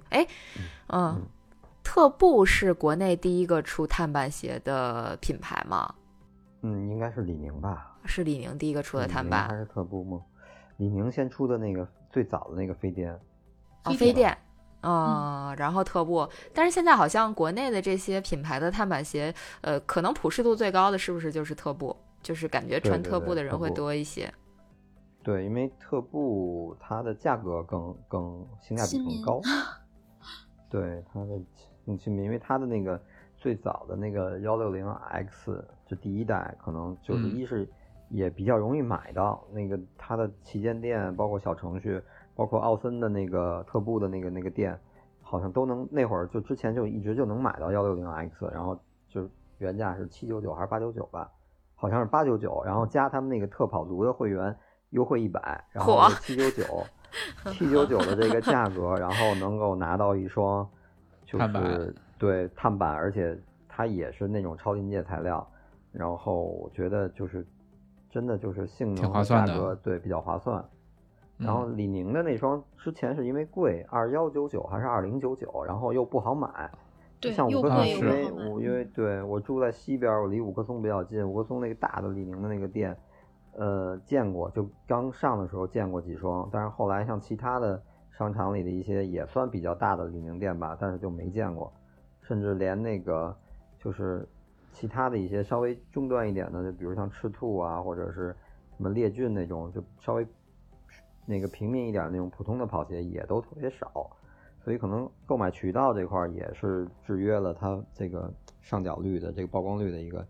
特步是国内第一个出碳板鞋的品牌吗？ 应该是李宁吧。 是李宁第一个出的碳板还是特步吗？李宁先出的那个最早的那个飞电。 飞电然后特步，但是现在好像国内的这些品牌的碳板鞋可能普适度最高的是不是就是特步，就是感觉穿特步的人会多一些。 对，因为特步它的价格更性价比更高。对，它的更亲民，因为它的那个最早的那个160X 就第一代，可能就是一是也比较容易买到，那个它的旗舰店包括小程序，包括奥森的那个特步的那个店，好像都能，那会儿就之前就一直就能买到160X，然后就原价是799还是899吧，好像是899，然后加他们那个特跑族的会员优惠100，然后799的这个价格，然后能够拿到一双就是对碳板，而且它也是那种超临界材料，然后我觉得就是真的就是性能和价格对比较划算。然后李宁的那双之前是因为贵2199还是2099，然后又不好买。 对， 像五棵松，因为对我住在西边，我离五棵松比较近，五棵松那个大的李宁的那个店见过，就刚上的时候见过几双，但是后来像其他的商场里的一些也算比较大的李宁店吧，但是就没见过，甚至连那个就是其他的一些稍微中端一点的，就比如像赤兔啊，或者是什么烈骏那种，就稍微那个平民一点的那种普通的跑鞋也都特别少，所以可能购买渠道这块也是制约了它这个上脚率的这个曝光率的一个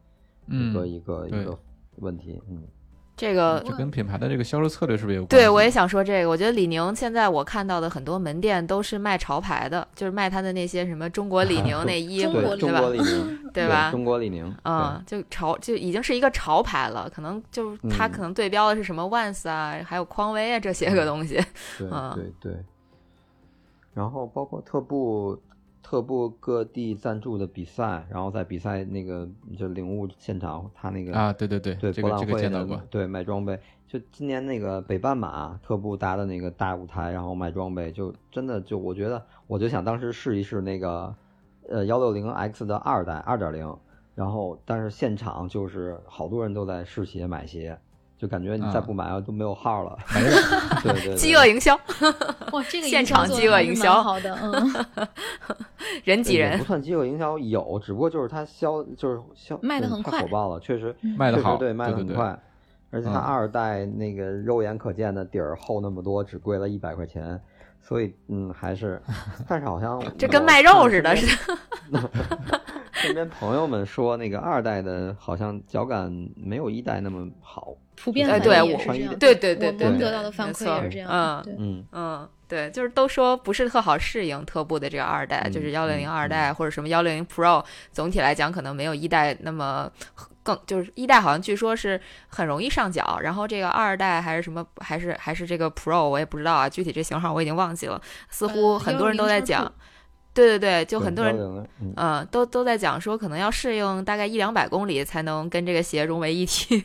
问题。 这个就跟品牌的这个销售策略是不是有关系？ 对，我也想说这个。我觉得李宁现在我看到的很多门店都是卖潮牌的，就是卖它的那些什么中国李宁那衣服， 对吧？ 中国李宁， 对吧？ 中国李宁， 就已经是一个潮牌了，可能就它可能对标的是什么万斯啊，还有匡威啊这些个东西。 对。然后包括特步各地赞助的比赛，然后在比赛那个就领悟现场，他那个对博览会见到过， 对卖装备，就今年那个北半马特步搭的那个大舞台，然后卖装备，就真的就我觉得我就想当时试一试那个160X 的2代 2.0， 然后但是现场就是好多人都在试鞋买鞋。就感觉你再不买都没有号了，对， 饥饿营销， 哇，这个现场饥饿营销， 好的， 人挤人， 不算饥饿营销，有，只不过就是它销卖得很快， 太火爆了，确实卖得好， 对，卖得很快，而且它2代那个肉眼可见的底儿厚那么多，只贵了100块钱，所以还是，但是好像这跟卖肉似的， 身边朋友们说那个2代的好像脚感没有1代那么好， 普遍反应也是这样， 对， 我们得到的反馈也是这样， 对，就是都说不是特好适应特步的这个2代，就是100 2代或者什么160 Pro，总体来讲可能没有1代那么就是1代好像据说是很容易上脚，然后这个2代还是什么还是这个 Pro 我也不知道啊，具体这型号我已经忘记了，似乎很多人都在讲。对，就很多人都在讲说可能要适应大概100-200公里才能跟这个鞋融为一体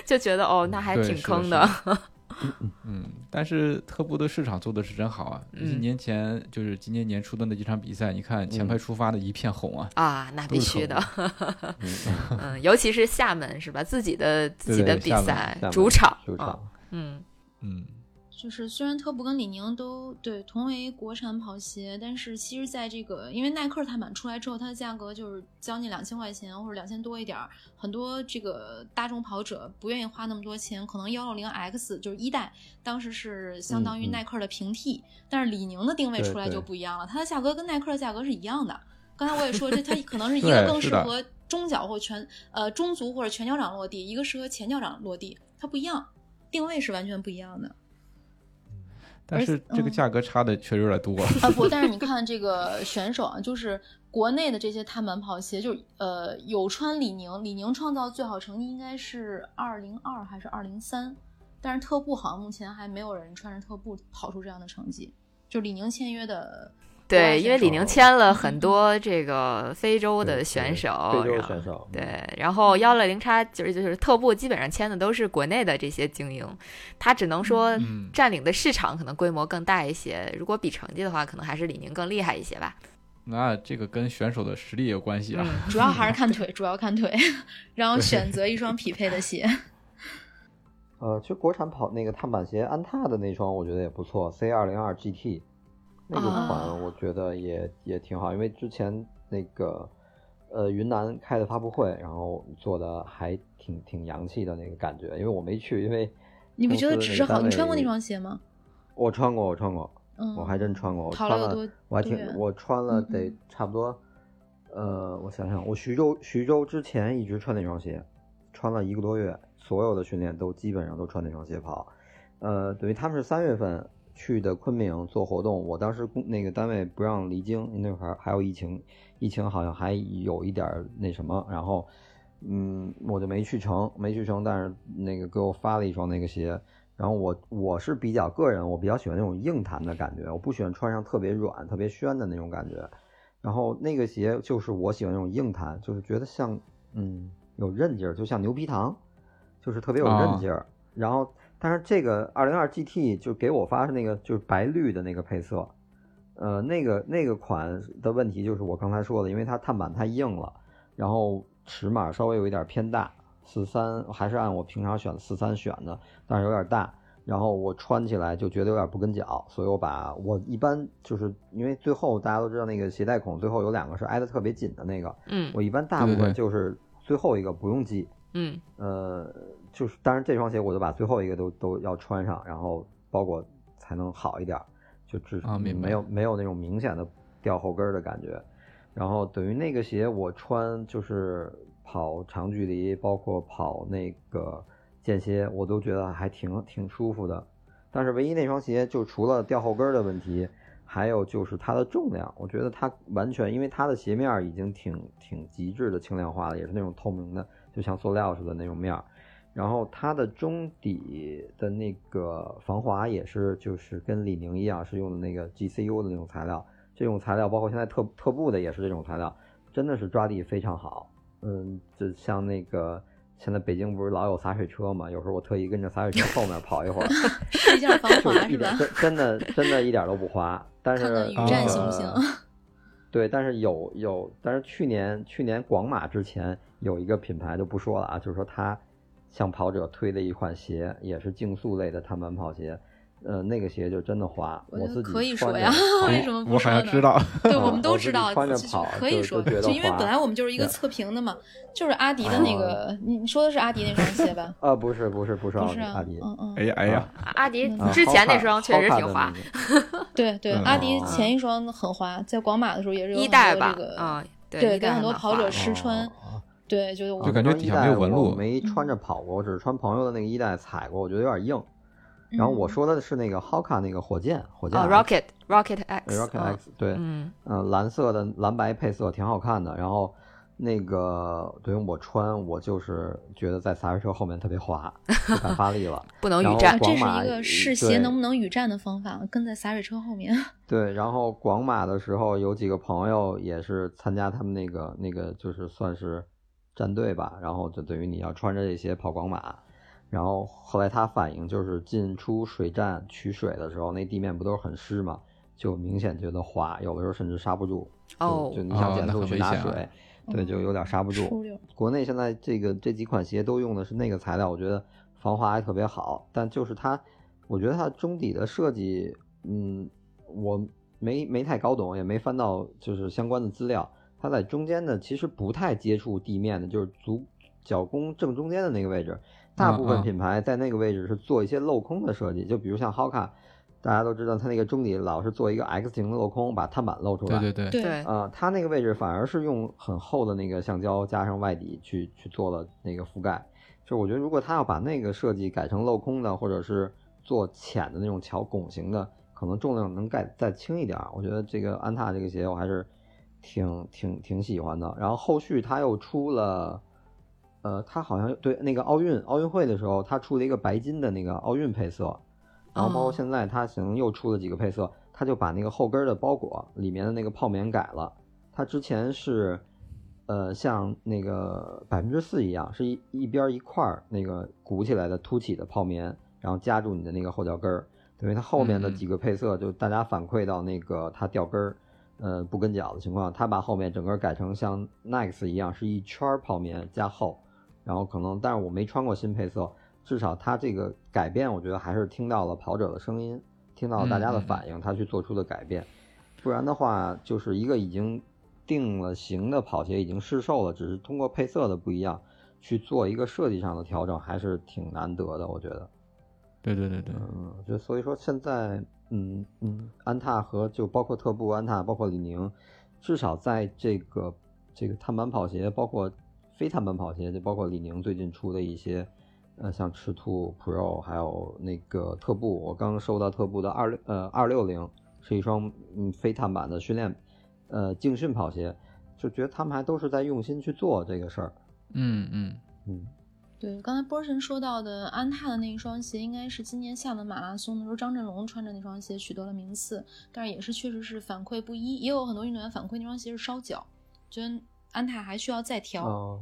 就觉得哦，那还挺坑的。 但是特步的市场做的是真好啊！年前就是今年年初的那几场比赛，你看前排出发的一片红啊！ 啊，那必须的。尤其是厦门是吧？自己的比赛，主场。 就是虽然特步跟李宁都对同为国产跑鞋，但是其实在这个因为耐克碳板出来之后，它的价格就是将近2000块钱或者2000多一点，很多这个大众跑者不愿意花那么多钱，可能160X 就是一代当时是相当于耐克的平替，但是李宁的定位出来就不一样了，它的价格跟耐克的价格是一样的。刚才我也说它可能是一个更适合中脚或中足或者全脚掌落地，一个适合前脚掌落地，它不一样，定位是完全不一样的。 但是这个价格差的确实有点多不，但是你看这个选手啊，就是国内的这些碳板跑鞋，就有穿李宁创造最好成绩应该是202还是203，但是特步好像目前还没有人穿着特步跑出这样的成绩，就李宁签约的。 对，因为李宁签了很多这个非洲的选手， 非洲选手， 对，然后160X就是特步基本上签的都是国内的这些精英，他只能说占领的市场可能规模更大一些，如果比成绩的话，可能还是李宁更厉害一些吧。 那这个跟选手的实力也有关系啊， 主要还是看腿，然后选择一双匹配的鞋。 其实国产跑那个碳板鞋，安踏的那双我觉得也不错 ，C202 GT。那个款我觉得也挺好，因为之前那个云南开的发布会，然后做的还挺洋气的那个感觉。因为我没去，因为你不觉得只是好？你穿过那双鞋吗？ 我穿过，我还真穿过。我穿了，我穿了得差不多，我想想，我徐州之前一直穿那双鞋，穿了1个多月，所有的训练都基本上都穿那双鞋跑。等于他们是3月份去的昆明做活动，我当时那个单位不让离京，那会儿还有疫情好像还有一点那什么，然后我就没去成，但是那个给我发了一双那个鞋，然后我是个人我比较喜欢那种硬弹的感觉，我不喜欢穿上特别软特别暄的那种感觉，然后那个鞋就是我喜欢那种硬弹，就是觉得像有韧劲儿，就像牛皮糖，就是特别有韧劲儿，然后但是这个202 GT 就给我发是那个就是白绿的那个配色，那个款的问题就是我刚才说的，因为它碳板太硬了，然后尺码稍微有一点偏大，43还是按我平常选的43选的，但是有点大，然后我穿起来就觉得有点不跟脚，所以我一般就是因为最后大家都知道那个鞋带孔最后有2个是挨得特别紧的那个，我一般大部分就是最后一个不用系，就是当然这双鞋我就把最后一个都要穿上，然后包裹才能好一点，就没有那种明显的掉后跟的感觉。然后等于那个鞋我穿就是跑长距离，包括跑那个间歇，我都觉得还挺舒服的。但是唯一那双鞋就除了掉后跟的问题，还有就是它的重量，我觉得它完全因为它的鞋面已经挺极致的轻量化了，也是那种透明的，就像塑料似的那种面。然后它的中底的那个防滑也是就是跟李宁一样是用的那个 GCU 的那种材料，这种材料包括现在特步的也是这种材料，真的是抓地非常好。就像那个现在北京不是老有洒水车嘛，有时候我特意跟着洒水车后面跑一会儿， 试一下防滑是吧？ 真的一点都不滑。但是看看雨战行不行？ 对，但是但是去年广马之前有一个品牌就不说了啊，就是说它向跑者推的一款鞋，也是竞速类的碳板跑鞋，那个鞋就真的滑。我自己可以说呀，为什么不说呢？ 我好像知道， 对，我们都知道， 穿着跑可以说，就因为本来我们就是一个测评的嘛，就是阿迪的那个，你说的是阿迪那双鞋吧？ 不是阿迪， 哎呀， 阿迪之前那双确实挺滑， 对，阿迪前一双很滑，在广马的时候也是有一代吧， 对，给很多跑者试穿。对，就感觉底下没有纹路， 没穿着跑过，我只是穿朋友的那个一代踩过，我觉得有点硬。然后我说的是那个 Hoka 那个火箭 Rocket X， 对，蓝色的蓝白配色挺好看的。然后那个对于我穿，我就是觉得在洒水车后面特别滑，不敢发力了， 不能雨战。 这是一个试鞋能不能雨战的方法，跟在洒水车后面。 对，然后广马的时候有几个朋友也是参加他们那个就是算是战队吧，然后就等于你要穿着这鞋跑广马， 然后后来他反映就是进出水站取水的时候，那地面不都是很湿嘛，就明显觉得滑，有的时候甚至刹不住。就你想减速去拿水，对，就有点刹不住。国内现在这几款鞋都用的是那个材料，我觉得防滑还特别好，但就是我觉得它中底的设计，我没太搞懂，也没翻到就是相关的资料。它在中间的其实不太接触地面的，就是脚弓正中间的那个位置，大部分品牌在那个位置是做一些镂空的设计，就比如像 Hoka， 大家都知道它那个中底老是做一个 X 型的镂空，把碳板露出来。 对它那个位置反而是用很厚的那个橡胶加上外底去做了那个覆盖。就我觉得如果它要把那个设计改成镂空的，或者是做浅的那种桥拱型的，可能重量能再轻一点。我觉得这个安踏这个鞋我还是挺喜欢的。然后后续它又出了它好像对那个奥运会的时候，它出了一个白金的那个奥运配色，然后包括现在它可能又出了几个配色，它就把那个后跟的包裹里面的那个泡棉改了。它之前是像那个4%一样，是一边一块那个鼓起来的凸起的泡棉，然后夹住你的那个后脚跟儿。等于它后面的几个配色就大家反馈到那个它掉跟儿不跟脚的情况，它把后面整个改成像 Nike 一样是一圈泡棉加厚，然后可能但是我没穿过新配色，至少它这个改变我觉得还是听到了跑者的声音，听到了大家的反应，它去做出的改变。不然的话就是一个已经定了型的跑鞋已经试售了，只是通过配色的不一样去做一个设计上的调整，还是挺难得的，我觉得。 对， 就所以说现在安踏和就包括特步、安踏，包括李宁，至少在这个碳板跑鞋，包括非碳板跑鞋，就包括李宁最近出的一些像赤兔 Pro， 还有那个特步，我刚收到特步的260，是一双非碳板的训练竞训跑鞋，就觉得他们还都是在用心去做这个事儿。 对，刚才波神说到的安踏的那一双鞋，应该是今年厦门马拉松的时候张振龙穿着那双鞋取得了名次，但是也是确实是反馈不一，也有很多运动员反馈那双鞋是烧脚，觉得安踏还需要再调。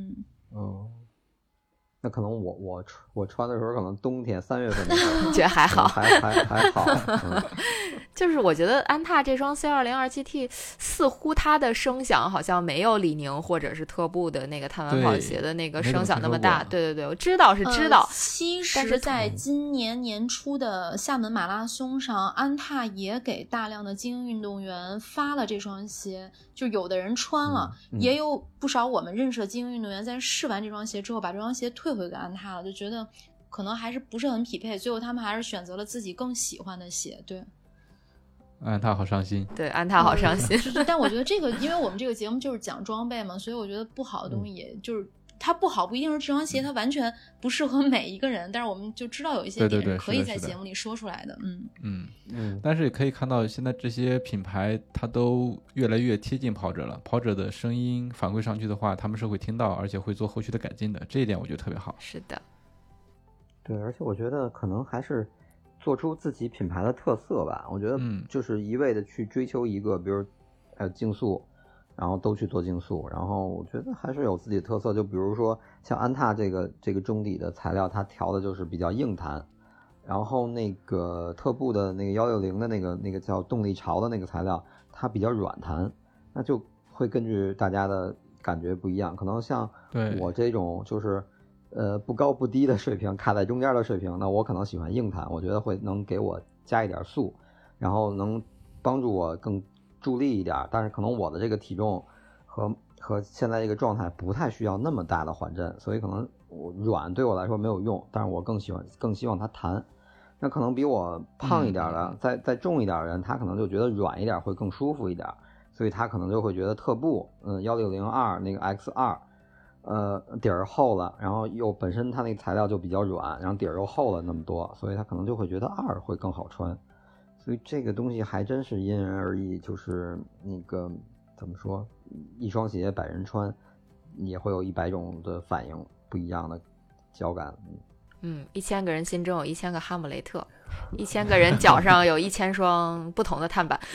那可能我穿的时候可能冬天3月份的时候觉得还好， 还好。 就是我觉得安踏这双 C202 GT 似乎它的声响好像没有李宁或者是特步的那个碳板跑鞋的那个声响那么大。对，我知道， 其实在今年年初的厦门马拉松上，安踏也给大量的精英运动员发了这双鞋，就有的人穿了，也有不少我们认识的精英运动员在试完这双鞋之后把这双鞋退回给安踏了，就觉得可能还是不是很匹配，最后他们还是选择了自己更喜欢的鞋。对， 安踏好伤心。 对，安踏好伤心。 但我觉得这个，因为我们这个节目就是讲装备嘛，所以我觉得不好的东西也就是它不好不一定是这双鞋它完全不适合每一个人，但是我们就知道有一些点是可以在节目里说出来的。 但是也可以看到现在这些品牌它都越来越贴近跑者了，跑者的声音反馈上去的话他们是会听到，而且会做后续的改进的，这一点我觉得特别好。 是的， 对，而且我觉得可能还是做出自己品牌的特色吧。我觉得就是一味的去追求一个比如竞速，然后都去做竞速，然后我觉得还是有自己的特色。就比如说像安踏这个中底的材料，它调的就是比较硬弹，然后那个特步的那个160的那个叫动力潮的那个材料，它比较软弹，那就会根据大家的感觉不一样。可能像我这种就是不高不低的水平，卡在中间的水平，那我可能喜欢硬弹，我觉得会能给我加一点速，然后能帮助我更助力一点。但是可能我的这个体重和现在这个状态不太需要那么大的缓震，所以可能我软对我来说没有用，但是我更希望它弹。那可能比我胖一点的再重一点的人，他可能就觉得软一点会更舒服一点，所以他可能就会觉得特步1602那个 X2底儿厚了，然后又本身它那个材料就比较软，然后底儿又厚了那么多，所以他可能就会觉得2会更好穿。所以这个东西还真是因人而异，就是那个怎么说，一双鞋100人穿也会有100种的反应，不一样的脚感。 1000个人心中有1000个哈姆雷特，1000个人脚上有1000双不同的碳板。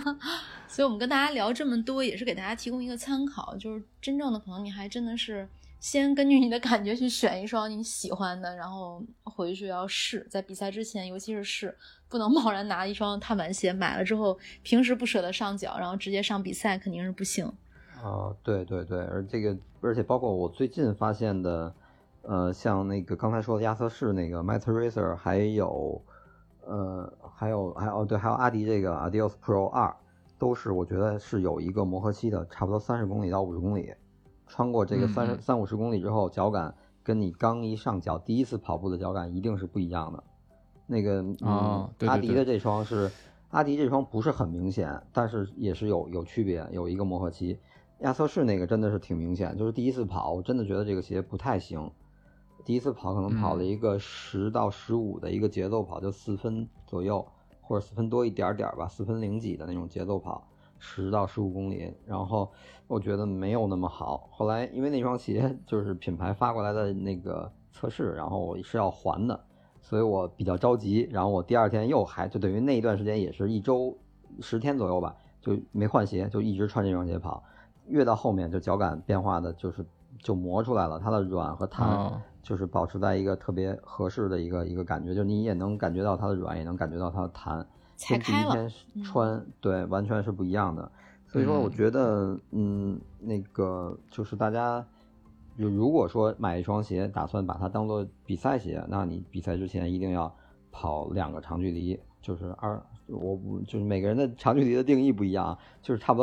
所以我们跟大家聊这么多，也是给大家提供一个参考，就是真正的可能你还真的是先根据你的感觉去选一双你喜欢的，然后回去要试，在比赛之前尤其是试，不能贸然拿一双碳板鞋买了之后平时不舍得上脚，然后直接上比赛肯定是不行。 对对对，而且包括我最近发现的像那个刚才说的亚瑟士那个 Meta Racer， 还有阿迪这个 Adios Pro 2，都是我觉得是有一个磨合期的，差不多30公里到50公里，穿过这个30-50公里之后，脚感跟你刚一上脚第一次跑步的脚感一定是不一样的。那个对， 阿迪的这双不是很明显，但是也是有区别，有一个磨合期。亚瑟士那个真的是挺明显，就是第一次跑我真的觉得这个鞋不太行，第一次跑可能跑了一个10到15的一个节奏跑，就4分左右或者4分多一点点吧，4分0几的那种节奏跑，10到15公里，然后我觉得没有那么好。后来因为那双鞋就是品牌发过来的那个测试，然后我是要还的，所以我比较着急，然后我第二天就等于那一段时间也是1周10天左右吧，就没换鞋，就一直穿这双鞋跑。越到后面就脚感变化的就磨出来了，它的软和弹就是保持在一个特别合适的一个感觉，就你也能感觉到它的软，也能感觉到它的弹，跟第一天穿对完全是不一样的。所以说我觉得那个就是大家如果说买一双鞋打算把它当做比赛鞋，那你比赛之前一定要跑2个长距离，就是就是每个人的长距离的定义不一样，就是差不多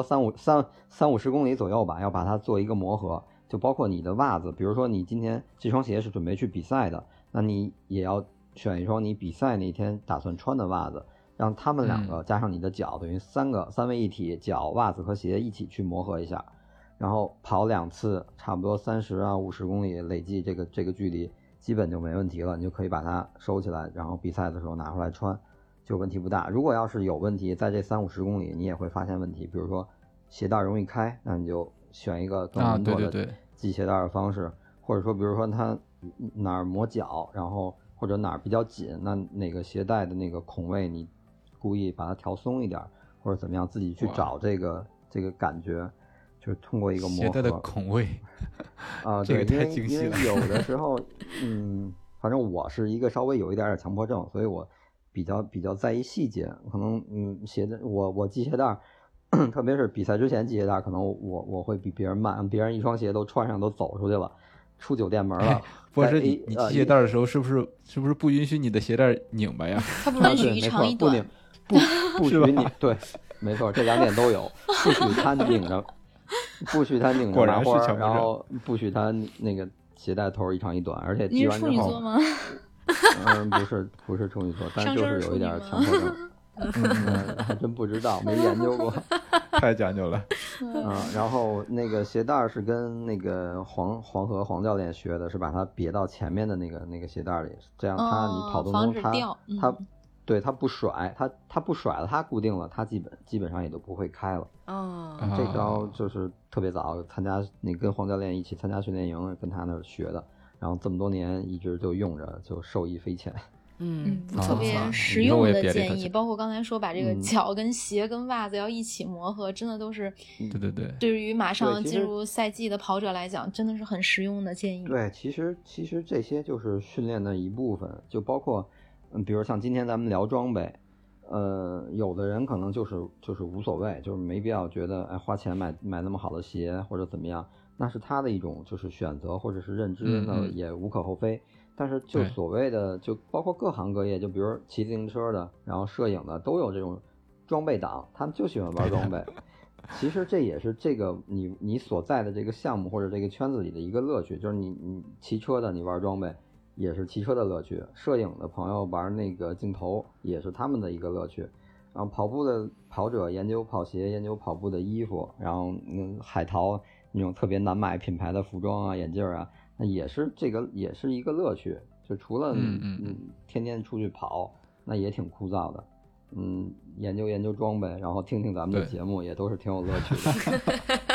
30-50公里左右吧，要把它做一个磨合，就包括你的袜子，比如说你今天这双鞋是准备去比赛的，那你也要选一双你比赛那天打算穿的袜子，让他们2个加上你的脚，等于3位一体，脚、袜子和鞋一起去磨合一下，然后跑2次，差不多30-50公里，累计这个距离基本就没问题了，你就可以把它收起来，然后比赛的时候拿出来穿，就问题不大。如果要是有问题，在这30-50公里你也会发现问题，比如说鞋带容易开，那你就选一个更稳妥的系鞋带的方式，或者说比如说它哪儿磨脚，然后或者哪儿比较紧，那哪个鞋带的那个孔位你故意把它调松一点，或者怎么样，自己去找这个感觉，就是通过一个磨合。 鞋带的孔位对， 这个太精细了。 因为有的时候反正我是一个稍微有一点强迫症，所以我比较在意细节，可能鞋带我系鞋带特别是比赛之前系鞋带，可能我会比别人慢，别人一双鞋都穿上都走出去了，出酒店门了。 不是你系鞋带的时候是不是不允许你的鞋带拧巴呀？ 它不允许一长一短， 不许你对，没错，这2点都有，不许它拧着，麻花，然后不许它那个鞋带头一长一短，而且系完之后。 你是处女座吗？ 不是处女座，但就是有一点强迫症。还真不知道，没研究过， 太讲究了。 然后那个鞋带是跟那个黄教练学的，是把它别到前面的那个鞋带里，这样你跑动中它不甩，它不甩了，它固定了，它基本上也都不会开了。这招就是特别早跟黄教练一起参加训练营，跟他那儿学的，然后这么多年一直就用着，就受益匪浅。 特别实用的建议，包括刚才说把这个脚跟鞋跟袜子要一起磨合，真的都是对， 对于马上进入赛季的跑者来讲，真的是很实用的建议。 对，其实这些就是训练的一部分，就包括比如像今天咱们聊装备，有的人可能就是无所谓，就是没必要觉得花钱买那么好的鞋或者怎么样，那是他的一种就是选择或者是认知，那也无可厚非。但是就所谓的就包括各行各业，就比如骑自行车的，然后摄影的，都有这种装备党，他们就喜欢玩装备。其实这也是这个你所在的这个项目或者这个圈子里的一个乐趣，就是你骑车的你玩装备也是骑车的乐趣，摄影的朋友玩那个镜头也是他们的一个乐趣，然后跑步的跑者研究跑鞋，研究跑步的衣服，然后海淘那种特别难买品牌的服装啊眼镜啊，那也是一个乐趣，就除了天天出去跑，那也挺枯燥的。研究装备，然后听咱们的节目，也都是挺有乐趣的。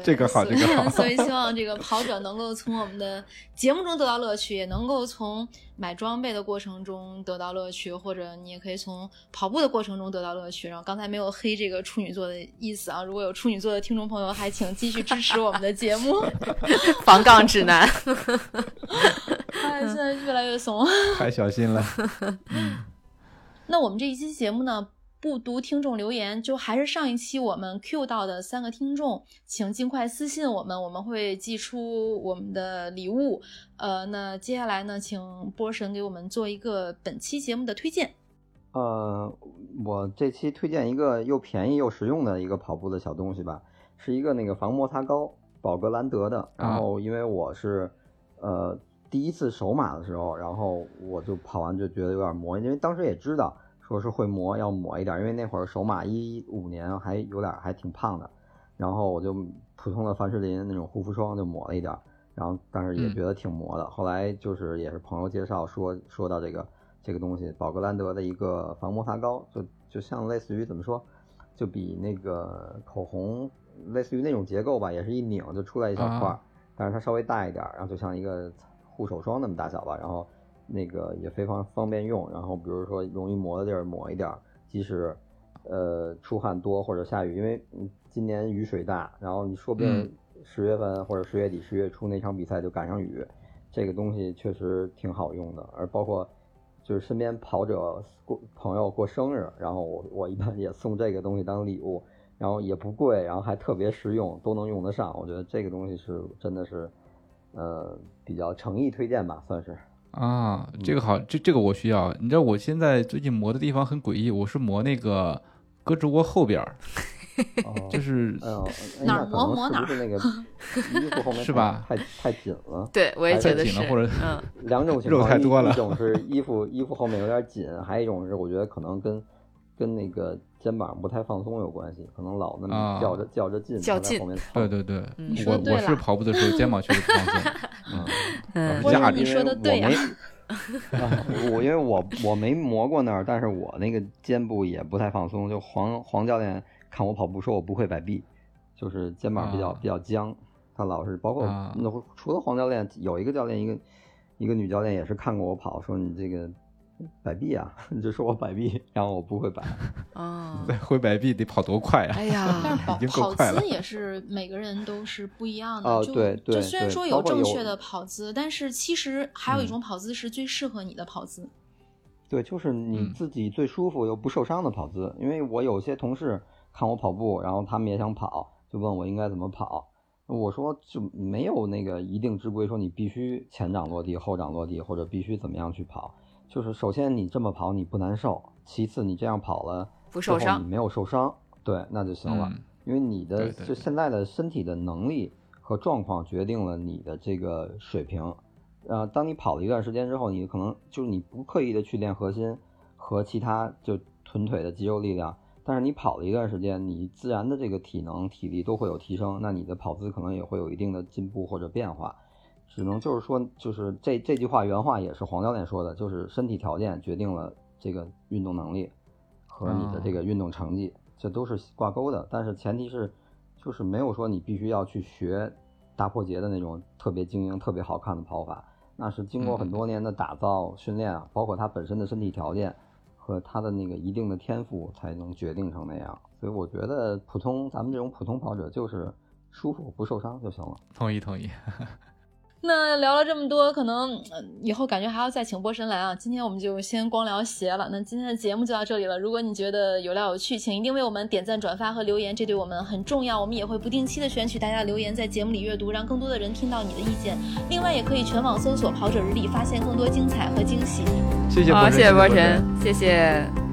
这个好，这个好。 所以希望这个跑者能够从我们的节目中得到乐趣，也能够从买装备的过程中得到乐趣，或者你也可以从跑步的过程中得到乐趣。然后刚才没有黑这个处女座的意思啊，如果有处女座的听众朋友，还请继续支持我们的节目。 防杠指南。 哎，现在越来越怂， 太小心了。 那我们这一期节目呢，不读听众留言，就还是上一期我们 Q 到的3个听众，请尽快私信我们，我们会寄出我们的礼物。那接下来呢，请波神给我们做一个本期节目的推荐。 我这期推荐一个又便宜又实用的一个跑步的小东西吧，是一个那个防摩擦膏，宝格兰德的。然后因为我是第一次首马的时候，然后我就跑完就觉得有点磨，因为当时也知道说是会磨，要抹一点，因为那会儿首马15年还挺胖的，然后我就普通的凡士林那种护肤霜就抹了一点，然后但是也觉得挺磨的。后来就是也是朋友介绍说到这个东西，宝格兰德的一个防摩擦膏，就像类似于怎么说，就比那个口红类似于那种结构吧，也是一拧就出来一小块，但是它稍微大一点，然后就像一个护手霜那么大小吧，然后那个也非常方便用，然后比如说容易磨的地儿抹一点，即使出汗多或者下雨，因为今年雨水大，然后你说不定10月份或者10月底10月初那场比赛就赶上雨，这个东西确实挺好用的。而包括就是身边跑者朋友过生日，然后我一般也送这个东西当礼物，然后也不贵，然后还特别实用，都能用得上。我觉得这个东西是真的是比较诚意推荐吧，算是。 啊，这个好，这个我需要。你知道我现在最近磨的地方很诡异，我是磨那个胳肢窝后边就是哪儿磨哪儿， 是那个衣服后面是吧？ 太紧了。 对，我也觉得是。或者两种情况， 肉太多了， 一种是衣服后面有点紧，还有一种是我觉得可能跟那个肩膀不太放松有关系，可能老那么较着劲，在后面对，我是跑步的时候肩膀确实不放松。 压力，你说的对呀。 因为我没磨过那儿，但是我那个肩部也不太放松。就黄教练看我跑步说我不会摆臂，就是肩膀比较僵。他老是包括除了黄教练，有一个教练一个女教练也是看过我跑，说你这个摆臂啊，你就说我摆臂，然后我不会摆。 会摆臂得跑多快啊！ 哎呀，但是跑姿也是每个人都是不一样的。 对， 就虽然说有正确的跑姿，但是其实还有一种跑姿是最适合你的跑姿。 对，就是你自己最舒服又不受伤的跑姿。因为我有些同事看我跑步，然后他们也想跑，就问我应该怎么跑。我说就没有那个一定之规，说你必须前掌落地后掌落地，或者必须怎么样去跑。就是首先你这么跑你不难受，其次你这样跑了不受伤， 你没有受伤，对，那就行了。因为你的就现在的身体的能力和状况决定了你的这个水平。当你跑了一段时间之后，你可能就是你不刻意的去练核心和其他就臀腿的肌肉力量，但是你跑了一段时间，你自然的这个体能体力都会有提升，那你的跑姿可能也会有一定的进步或者变化。只能就是说，就是这句话原话也是黄教练说的，就是身体条件决定了这个运动能力和你的这个运动成绩，这都是挂钩的。但是前提是，就是没有说你必须要去学大破节的那种特别精英、特别好看的跑法，那是经过很多年的打造训练啊，包括他本身的身体条件和他的那个一定的天赋才能决定成那样。所以我觉得咱们这种普通跑者就是舒服不受伤就行了。 同意。 那聊了这么多，可能以后感觉还要再请波神来啊。今天我们就先光聊鞋了，那今天的节目就到这里了。如果你觉得有料有趣，请一定为我们点赞转发和留言，这对我们很重要。我们也会不定期的选取大家留言，在节目里阅读，让更多的人听到你的意见。另外也可以全网搜索跑者日历，发现更多精彩和惊喜。 谢谢波神，谢谢。